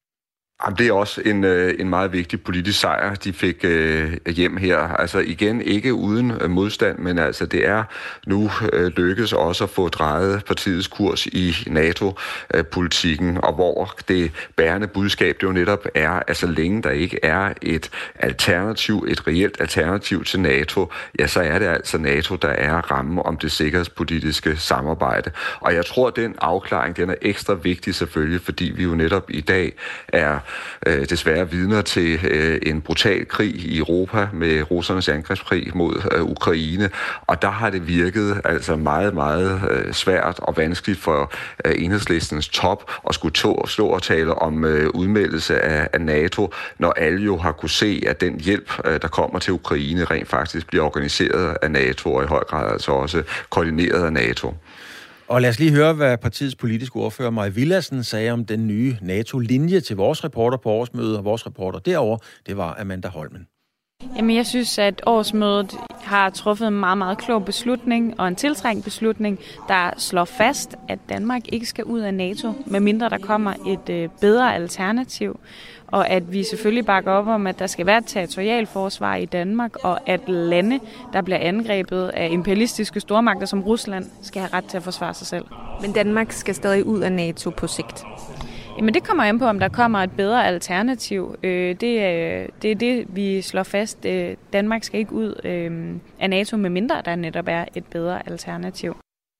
Det er også en meget vigtig politisk sejr, de fik hjem her. Altså igen, ikke uden modstand, men altså det er nu lykkes også at få drejet partiets kurs i NATO-politikken, og hvor det bærende budskab det jo netop er, at så længe der ikke er et alternativ, et reelt alternativ til NATO, ja, så er det altså NATO, der er rammen om det sikkerhedspolitiske samarbejde. Og jeg tror, at den afklaring, den er ekstra vigtig selvfølgelig, fordi vi jo netop i dag er desværre vidner til en brutal krig i Europa med russernes angrebskrig mod Ukraine, og der har det virket altså meget, meget svært og vanskeligt for Enhedslistens top at skulle stå og tale om udmeldelse af NATO, når alle jo har kunne se, at den hjælp, der kommer til Ukraine, rent faktisk bliver organiseret af NATO, og i høj grad altså også koordineret af NATO. Og lad os lige høre, hvad partiets politiske ordfører Mai Villadsen sagde om den nye NATO-linje til vores reporter på årsmødet, og vores reporter derovre, det var Amanda Holmen. Jamen, jeg synes, at årsmødet har truffet en meget, meget klog beslutning og en tiltrængt beslutning, der slår fast, at Danmark ikke skal ud af NATO, medmindre der kommer et bedre alternativ. Og at vi selvfølgelig bakker op om, at der skal være et territorialforsvar i Danmark, og at lande, der bliver angrebet af imperialistiske stormagter som Rusland, skal have ret til at forsvare sig selv. Men Danmark skal stadig ud af NATO på sigt? Jamen det kommer an på, om der kommer et bedre alternativ. Det er det, vi slår fast. Danmark skal ikke ud af NATO, medmindre der netop er et bedre alternativ.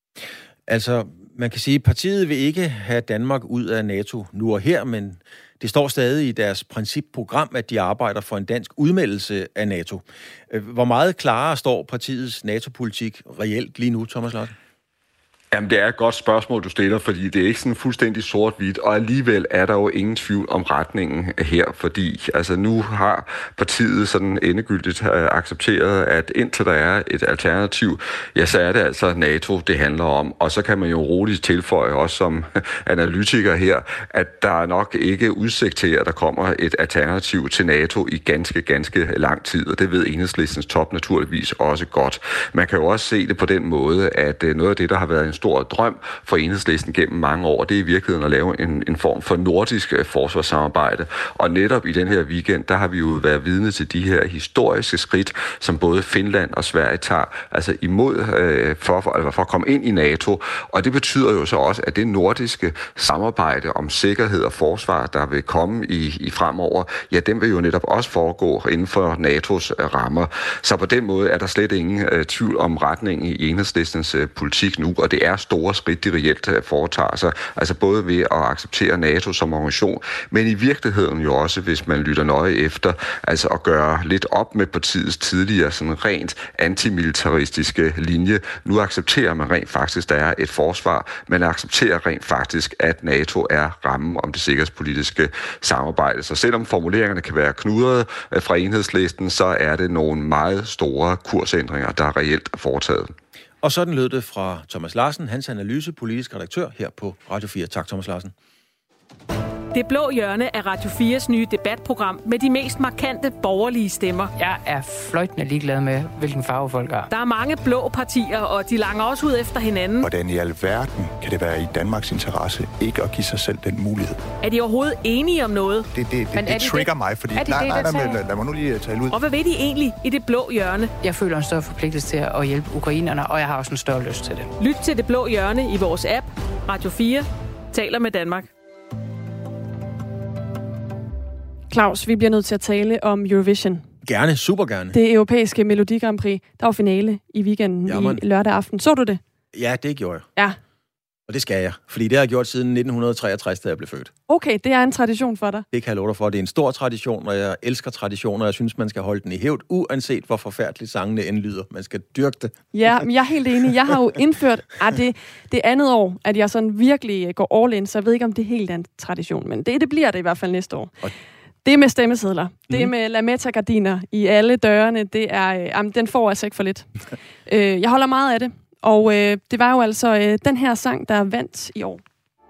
Altså, man kan sige, at partiet vil ikke have Danmark ud af NATO nu og her, men det står stadig i deres principprogram, at de arbejder for en dansk udmeldelse af NATO. Hvor meget klarere står partiets NATO-politik reelt lige nu, Thomas Larsen? Jamen, det er et godt spørgsmål, du stiller, fordi det er ikke sådan fuldstændig sort-hvidt, og alligevel er der jo ingen tvivl om retningen her, fordi altså nu har partiet sådan endegyldigt accepteret, at indtil der er et alternativ, ja, så er det altså NATO, det handler om, og så kan man jo roligt tilføje, også som analytiker her, at der er nok ikke udsigt til, at der kommer et alternativ til NATO i ganske lang tid, og det ved Enhedslistens top naturligvis også godt. Man kan jo også se det på den måde, at noget af det, der har været en stor drøm for Enhedslisten gennem mange år, det er i virkeligheden at lave en form for nordisk forsvarssamarbejde. Og netop i den her weekend, der har vi jo været vidne til de her historiske skridt, som både Finland og Sverige tager, altså imod for at komme ind i NATO. Og det betyder jo så også, at det nordiske samarbejde om sikkerhed og forsvar, der vil komme i fremover, ja, den vil jo netop også foregå inden for NATO's rammer. Så på den måde er der slet ingen tvivl om retningen i Enhedslistens politik nu, og det er store skridt, de reelt foretager sig, altså både ved at acceptere NATO som organisation, men i virkeligheden jo også, hvis man lytter nøje efter, altså at gøre lidt op med partiets tidligere sådan rent antimilitaristiske linje. Nu accepterer man rent faktisk, der er et forsvar, man accepterer rent faktisk, at NATO er rammen om det sikkerhedspolitiske samarbejde. Så selvom formuleringerne kan være knudrede fra Enhedslisten, så er det nogle meget store kursændringer, der er reelt foretaget. Og sådan lød det fra Thomas Larsen, hans analyse, politisk redaktør her på Radio 4. Tak, Thomas Larsen. Det blå hjørne er Radio 4's nye debatprogram med de mest markante borgerlige stemmer. Jeg er fløjtende ligeglad med, hvilken farve folk har. Der er mange blå partier, og de langer også ud efter hinanden. Hvordan i alverden kan det være i Danmarks interesse ikke at give sig selv den mulighed? Er de overhovedet enige om noget? Det trigger mig, fordi... Lad mig nu lige tale ud. Og hvad ved de egentlig i det blå hjørne? Jeg føler en større forpligtelse til at hjælpe ukrainerne, og jeg har også en større lyst til det. Lyt til det blå hjørne i vores app. Radio 4 taler med Danmark. Claus, vi bliver nødt til at tale om Eurovision. Gerne, super gerne. Det europæiske Melodi Grand Prix. Der var finale i weekenden i lørdag aften. Så du det? Ja, det gjorde jeg. Ja. Og det skal jeg, fordi det har jeg gjort siden 1963, da jeg blev født. Okay, det er en tradition for dig. Det kan jeg love dig for. Det er en stor tradition, og jeg elsker traditioner. Jeg synes, man skal holde den i hævd, uanset hvor forfærdeligt sangene end lyder. Man skal dyrke det. Ja, men jeg er helt enig. Jeg har jo indført det andet år, at jeg sådan virkelig går all in, så jeg ved ikke, om det er helt en tradition, men det bliver det i hvert fald næste år. Det med stemmesedler, det med lametta-gardiner i alle dørene, det er, den får altså ikke for lidt. Jeg holder meget af det, og det var jo altså den her sang, der vandt i år.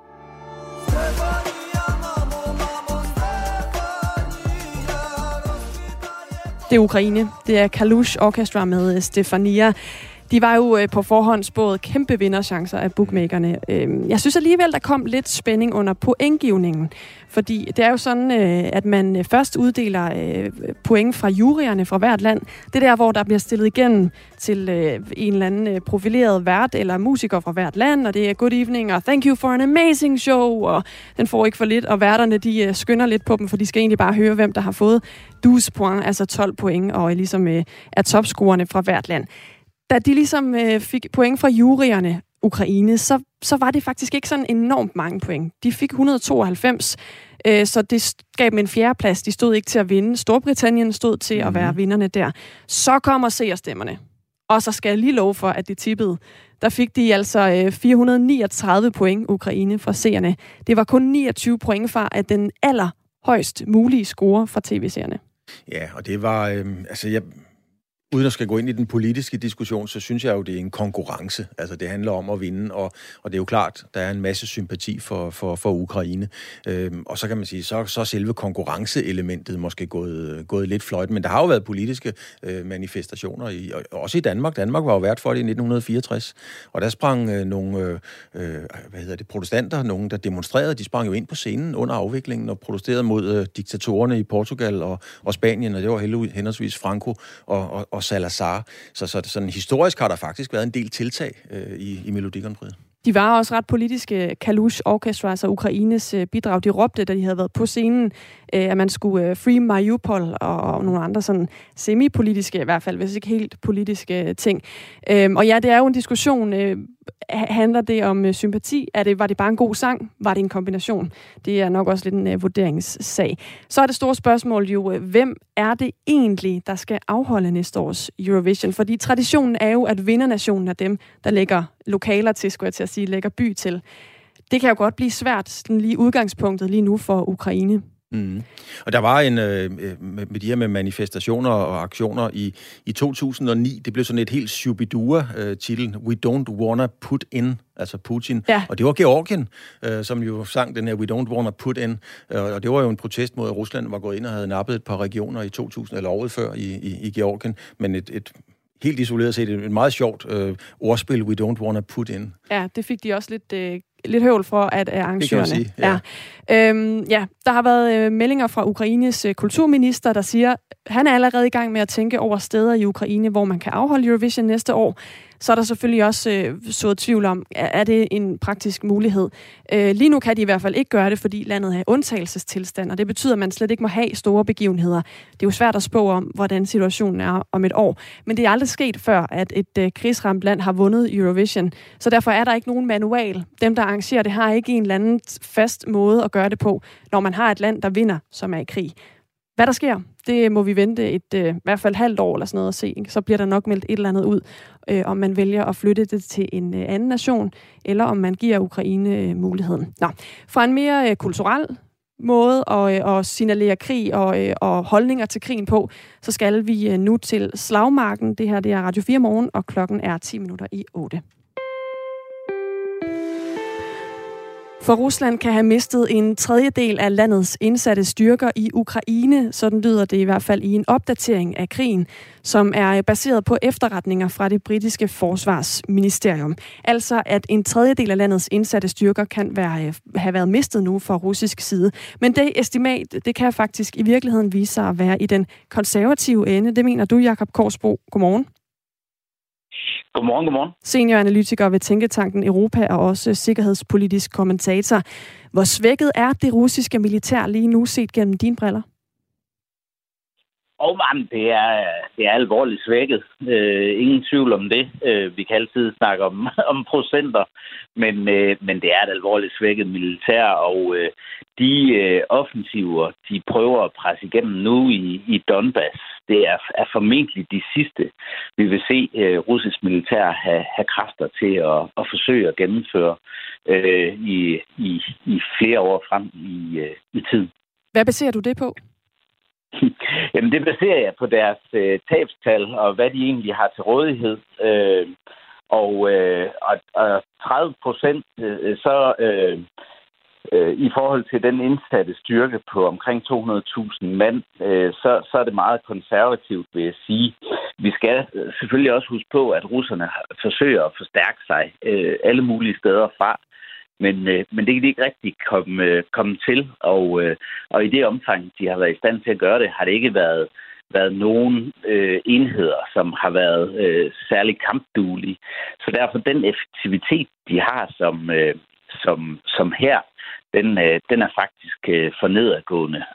Det er Ukraine. Det er Kalush Orchestra med Stefania. De var jo på forhånd spået kæmpe vinderchancer af bookmakerne. Jeg synes alligevel, der kom lidt spænding under pointgivningen. Fordi det er jo sådan, at man først uddeler point fra juryerne fra hvert land. Det er der, hvor der bliver stillet igennem til en eller anden profileret vært eller musiker fra hvert land. Og det er good evening og thank you for an amazing show. Og den får ikke for lidt. Og værterne, de skynder lidt på dem, for de skal egentlig bare høre, hvem der har fået 12 point, altså 12 point, og ligesom er topscorerne fra hvert land. Da de ligesom fik point fra juryerne, Ukraine, så var det faktisk ikke sådan enormt mange point. De fik 192, så det gav dem en fjerdeplads. De stod ikke til at vinde. Storbritannien stod til at være vinderne der. Så kommer seerstemmerne. Og så skal jeg lige love for, at det tippede. Der fik de altså 439 point, Ukraine, fra seerne. Det var kun 29 point fra at den allerhøjst mulige score fra tv-seerne. Ja, og det var... Uden at skal gå ind i den politiske diskussion, så synes jeg jo, det er en konkurrence. Altså, det handler om at vinde, og det er jo klart, der er en masse sympati for Ukraine. Og så kan man sige, så selve konkurrenceelementet måske gået lidt fløjt, men der har jo været politiske manifestationer, også i Danmark. Danmark var jo vært for det i 1964, og der sprang nogle protestanter, nogen der demonstrerede, de sprang jo ind på scenen under afviklingen og protesterede mod diktatorerne i Portugal og Spanien, og det var henholdsvis Franco og Salazar. Så sådan historisk har der faktisk været en del tiltag i Melodi Grand Prix. De var også ret politiske. Kalush Orchestra, altså Ukraines bidrag, de råbte, da de havde været på scenen, at man skulle free Mariupol og nogle andre sådan semi-politiske, i hvert fald, hvis ikke helt politiske ting. Og ja, det er jo en diskussion. Handler det om sympati? Var det bare en god sang? Var det en kombination? Det er nok også lidt en vurderingssag. Så er det store spørgsmål jo, hvem er det egentlig, der skal afholde næste års Eurovision? Fordi traditionen er jo, at vindernationen er dem, der lægger lokaler til, skulle jeg til at sige, lægger by til. Det kan jo godt blive svært, sådan lige udgangspunktet lige nu for Ukraine. Mm. Og der var med de her med manifestationer og aktioner i 2009, det blev sådan et helt Shubidua-titel, We Don't Wanna Put In, altså Putin. Ja. Og det var Georgien, som jo sang den her We Don't Wanna Put In. Og det var jo en protest mod, at Rusland var gået ind og havde nappet et par regioner i 2000, eller året før i Georgien. Men et helt isoleret set et meget sjovt ordspil, We Don't Wanna Put In. Ja, det fik de også lidt høvl for at arrangørerne. Det kan man sige, ja. Der har været meldinger fra Ukraines kulturminister, der siger, han er allerede i gang med at tænke over steder i Ukraine, hvor man kan afholde Eurovision næste år. Så er der selvfølgelig også sået tvivl om, er det en praktisk mulighed. Lige nu kan de i hvert fald ikke gøre det, fordi landet er undtagelsestilstand, og det betyder, at man slet ikke må have store begivenheder. Det er jo svært at spå om, hvordan situationen er om et år. Men det er aldrig sket før, at et krigsramt land har vundet Eurovision. Så derfor er der ikke nogen manual. Dem, der arrangerer det, har ikke en eller anden fast måde at gøre det på, når man har et land, der vinder, som er i krig. Hvad der sker, det må vi vente i hvert fald halvt år eller sådan noget at se. Så bliver der nok meldt et eller andet ud, om man vælger at flytte det til en anden nation, eller om man giver Ukraine muligheden. Fra en mere kulturel måde at signalere krig og holdninger til krigen på, så skal vi nu til slagmarken. Det her det er Radio 4 morgen, og klokken er 8:10. For Rusland kan have mistet en tredjedel af landets indsatte styrker i Ukraine. Sådan lyder det i hvert fald i en opdatering af krigen, som er baseret på efterretninger fra det britiske forsvarsministerium. Altså at en tredjedel af landets indsatte styrker kan have været mistet nu fra russisk side. Men det estimat, det kan faktisk i virkeligheden vise sig at være i den konservative ende. Det mener du, Jakob Korsbro. Godmorgen. Godmorgen. Senioranalytiker ved Tænketanken Europa og også sikkerhedspolitisk kommentator. Hvor svækket er det russiske militær lige nu set gennem dine briller? Det er alvorligt svækket. Ingen tvivl om det. Vi kan altid snakke om procenter, men det er et alvorligt svækket militær, og de offensiver, de prøver at presse igennem nu i Donbass, det er formentlig de sidste, vi vil se russisk militær have kræfter til at forsøge at gennemføre i flere år frem i tiden. Hvad baserer du det på? Jamen, det baserer jeg på deres tabstal og hvad de egentlig har til rådighed. Og 30% så i forhold til den indsatte styrke på omkring 200.000 mand, så er det meget konservativt, vil jeg sige. Vi skal selvfølgelig også huske på, at russerne forsøger at forstærke sig alle mulige steder fra. Men det kan de ikke rigtig komme til, og i det omfang, de har været i stand til at gøre det, har det ikke været nogen enheder, som har været særlig kampduelige. Så derfor den effektivitet, de har som her, den er faktisk for nedadgående.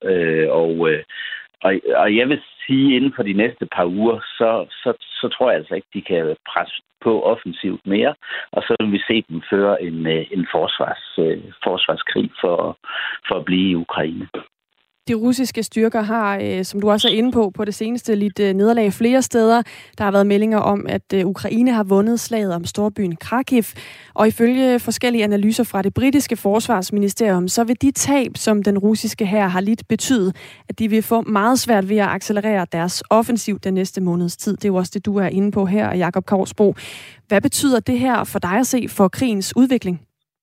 Og jeg vil sige, inden for de næste par uger, så tror jeg altså ikke, de kan presse på offensivt mere, og så vil vi se dem føre en forsvarskrig for at blive i Ukraine. De russiske styrker har, som du også er inde på det seneste, lidt nederlag flere steder. Der har været meldinger om, at Ukraine har vundet slaget om storbyen Kharkiv. Og ifølge forskellige analyser fra det britiske forsvarsministerium, så vil de tab, som den russiske hær har lidt betydet, at de vil få meget svært ved at accelerere deres offensiv den næste måneds tid. Det er jo også det, du er inde på her, Jakob Korsbro. Hvad betyder det her for dig at se for krigens udvikling?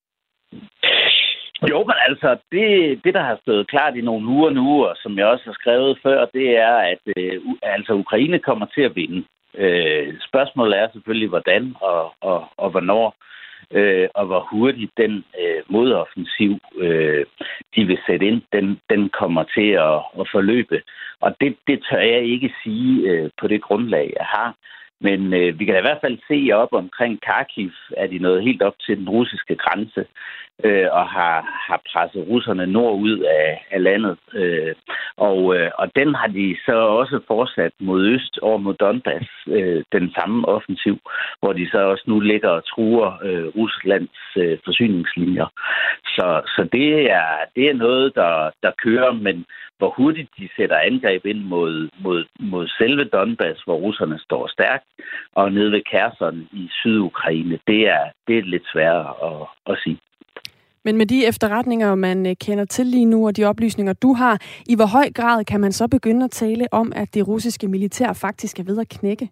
Jo, men altså, det der har stået klart i nogle uger nu, og som jeg også har skrevet før, det er, at Ukraine kommer til at vinde. Spørgsmålet er selvfølgelig, hvordan og hvornår, og hvor hurtigt den modoffensiv, de vil sætte ind, den kommer til at forløbe. Og det tør jeg ikke sige på det grundlag, jeg har. Men vi kan da i hvert fald se op omkring Kharkiv, at de nået helt op til den russiske grænse og har presset russerne nordud af landet. Og den har de så også fortsat mod øst over mod Donbass, den samme offensiv, hvor de så også nu ligger og truer Ruslands forsyningslinjer. Så det er noget, der kører, men hvor hurtigt de sætter angreb ind mod selve Donbass, hvor russerne står stærkt, og nede ved Kherson i Sydukraine, det er lidt sværere at sige. Men med de efterretninger, man kender til lige nu, og de oplysninger, du har, i hvor høj grad kan man så begynde at tale om, at det russiske militær faktisk er ved at knække?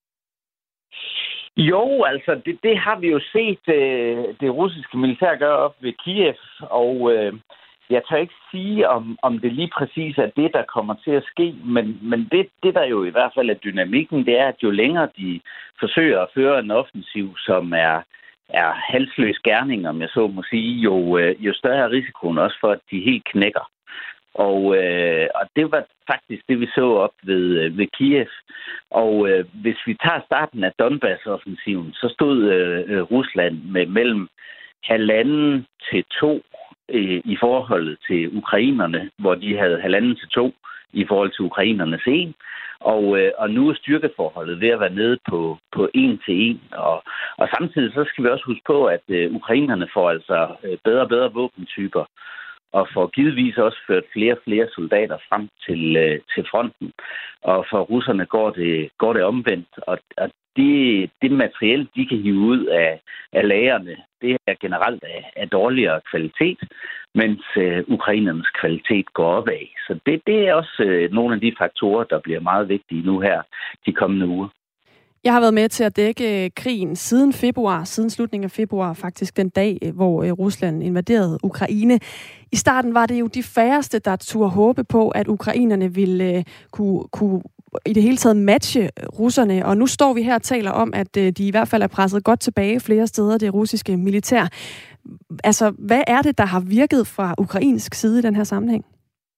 Jo, altså det har vi jo set det russiske militær gøre op ved Kiev, og jeg tør ikke sige, om det lige præcis er det, der kommer til at ske, men det der jo i hvert fald er dynamikken, det er, at jo længere de forsøger at føre en offensiv, som er halsløs gerning, om jeg så må sige, jo større er risikoen også for, at de helt knækker. Og det var faktisk det, vi så op ved Kiev. Og hvis vi tager starten af Donbass-offensiven, så stod Rusland med mellem 1,5 til 2 i forholdet til ukrainerne, hvor de havde 1,5 til 2 i forhold til ukrainernes 1. Og nu er styrkeforholdet ved at være nede på 1 til 1. Og samtidig så skal vi også huske på, at ukrainerne får altså bedre og bedre våbentyper, og får givetvis også ført flere og flere soldater frem til fronten. Og for russerne går det omvendt, og det materiel, de kan hive ud af lagrene, det er generelt af dårligere kvalitet, mens ukrainernes kvalitet går opad. Så det er også nogle af de faktorer, der bliver meget vigtige nu her de kommende uger. Jeg har været med til at dække krigen siden slutningen af februar, faktisk den dag, hvor Rusland invaderede Ukraine. I starten var det jo de færreste, der turde håbe på, at ukrainerne ville kunne i det hele taget matche russerne. Og nu står vi her og taler om, at de i hvert fald er presset godt tilbage flere steder, det russiske militær. Altså, hvad er det, der har virket fra ukrainsk side i den her sammenhæng?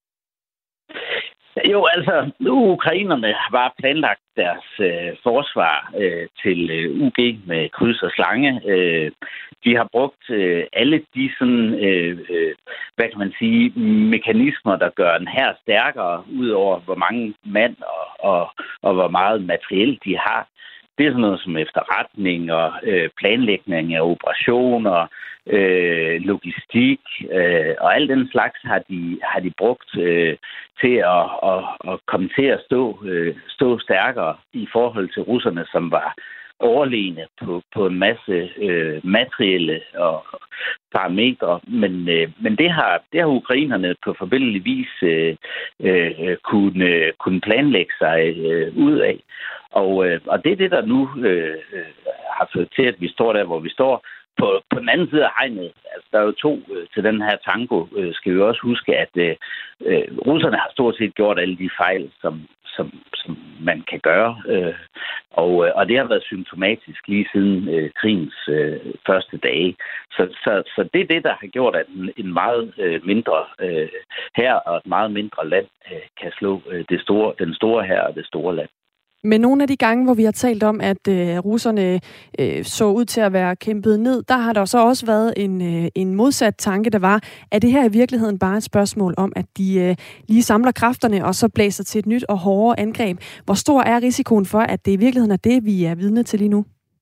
Jo, altså, ukrainerne har bare planlagt deres forsvar til UG med kryds og slange. De har brugt alle de sådan, hvad kan man sige, mekanismer, der gør den her stærkere, ud over hvor mange mand og hvor meget materiel de har. Det er sådan noget som efterretning og planlægning af operationer, logistik og al den slags har de brugt til at komme til at stå stærkere i forhold til russerne, som var overlegne på en masse materielle og parametre. Men det har ukrainerne på forbilledlig vis kunne planlægge sig ud af. Og det er det, der nu har ført til, at vi står der, hvor vi står. På den anden side af hegnet, altså der er jo to til den her tango, skal vi også huske, at russerne har stort set gjort alle de fejl, som man kan gøre. Og det har været symptomatisk lige siden krigens første dage. Så det er det, der har gjort, at en meget mindre hær og et meget mindre land kan slå den store hær og det store land. Men nogle af de gange, hvor vi har talt om, at russerne så ud til at være kæmpet ned, der har der så også været en modsat tanke, der var, at det her i virkeligheden bare et spørgsmål om, at de lige samler kræfterne og så blæser til et nyt og hårdere angreb. Hvor stor er risikoen for, at det i virkeligheden er det, vi er vidne til lige nu?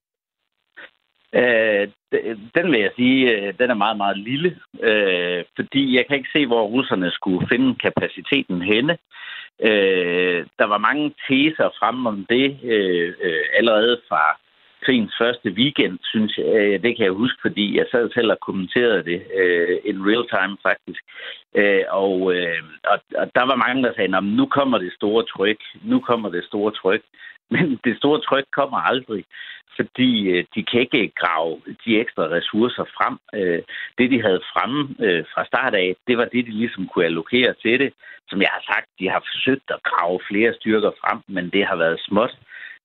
Den vil jeg sige, den er meget, meget lille, fordi jeg kan ikke se, hvor russerne skulle finde kapaciteten henne. Der var mange teser frem om det allerede fra krigens første weekend, synes jeg. Det kan jeg huske, fordi jeg sad selv og kommenterede det in real time faktisk. Og der var mange, der sagde, nu kommer det store tryk. Nu kommer det store tryk. Men det store tryk kommer aldrig, fordi de kan ikke grave de ekstra ressourcer frem. Det, de havde fremme fra start af, det var det, de ligesom kunne allokere til det. Som jeg har sagt, de har forsøgt at grave flere styrker frem, men det har været småt.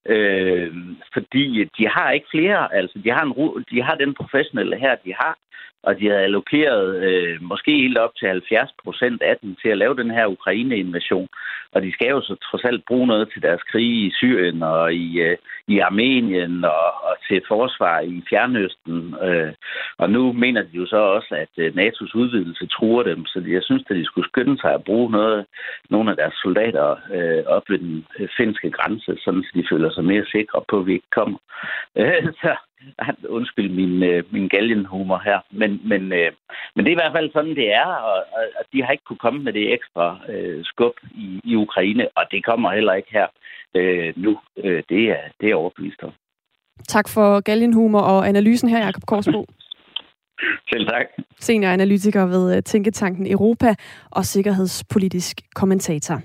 Fordi de har ikke flere, altså de har den professionelle her, de har, og de har allokeret måske helt op til 70% af den til at lave den her Ukraine-invasion. Og de skal jo så trods alt bruge noget til deres krige i Syrien og i Armenien og til forsvar i Fjernøsten. Og nu mener de jo så også, at NATO's udvidelse truer dem, så jeg synes, at de skulle skynde sig at bruge nogle af deres soldater op ved den finske grænse, sådan så de føler sig mere sikre på, at vi ikke kommer. Så undskyld min galgenhumor her, men det er i hvert fald sådan, det er, og de har ikke kunne komme med det ekstra skub i Ukraine, og det kommer heller ikke her nu. Det er overbevist om. Tak for galgenhumor og analysen her, Jakob Korsbo. Selv tak. Senioranalytiker ved Tænketanken Europa og sikkerhedspolitisk kommentator.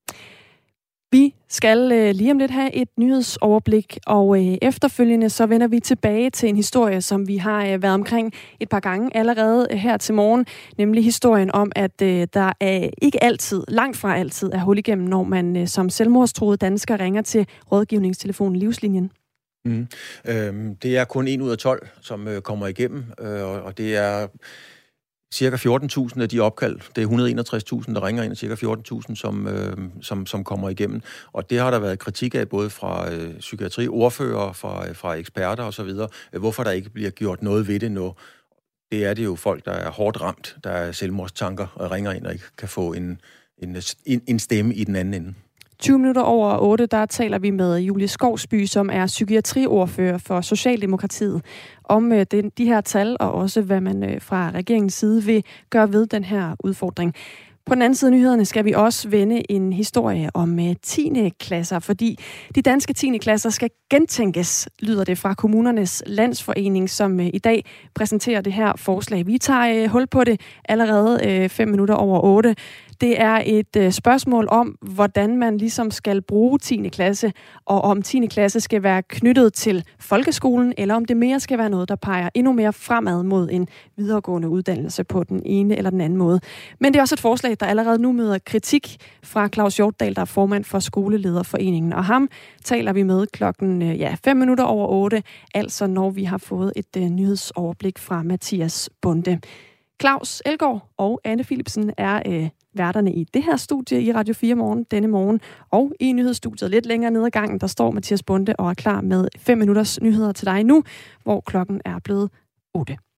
Vi skal lige om lidt have et nyhedsoverblik, og efterfølgende så vender vi tilbage til en historie, som vi har været omkring et par gange allerede her til morgen, nemlig historien om, at der er ikke altid, langt fra altid, er hul igennem, når man som selvmordstruet dansker ringer til rådgivningstelefonen Livslinjen. Det er kun 1 ud af 12, som kommer igennem, og det er cirka 14.000 af de opkald. Det er 161.000, der ringer ind, og cirka 14.000, som kommer igennem. Og det har der været kritik af, både fra psykiatriordfører, fra eksperter osv., hvorfor der ikke bliver gjort noget ved det nu. Det er det jo folk, der er hårdt ramt, der er selvmordstanker, og ringer ind og ikke kan få en stemme i den anden ende. 20 minutter over 8, der taler vi med Julie Skovsby, som er psykiatriordfører for Socialdemokratiet, om de her tal, og også hvad man fra regeringens side vil gøre ved den her udfordring. På den anden side af nyhederne skal vi også vende en historie om 10. klasser, fordi de danske 10. klasser skal gentænkes, lyder det fra Kommunernes Landsforening, som i dag præsenterer det her forslag. Vi tager hul på det allerede 5 minutter over 8. Det er et spørgsmål om, hvordan man ligesom skal bruge 10. klasse, og om 10. klasse skal være knyttet til folkeskolen, eller om det mere skal være noget, der peger endnu mere fremad mod en videregående uddannelse på den ene eller den anden måde. Men det er også et forslag, der allerede nu møder kritik fra Claus Hjortdal, der er formand for Skolelederforeningen. Og ham taler vi med klokken 8:05, altså når vi har fået et nyhedsoverblik fra Mathias Bonde. Claus Elgaard og Anne Philipsen er værterne i det her studie i Radio 4 Morgen denne morgen, og i nyhedsstudiet lidt længere nede ad gangen, der står Mathias Bonde og er klar med 5 minutters nyheder til dig nu, hvor klokken er blevet 8.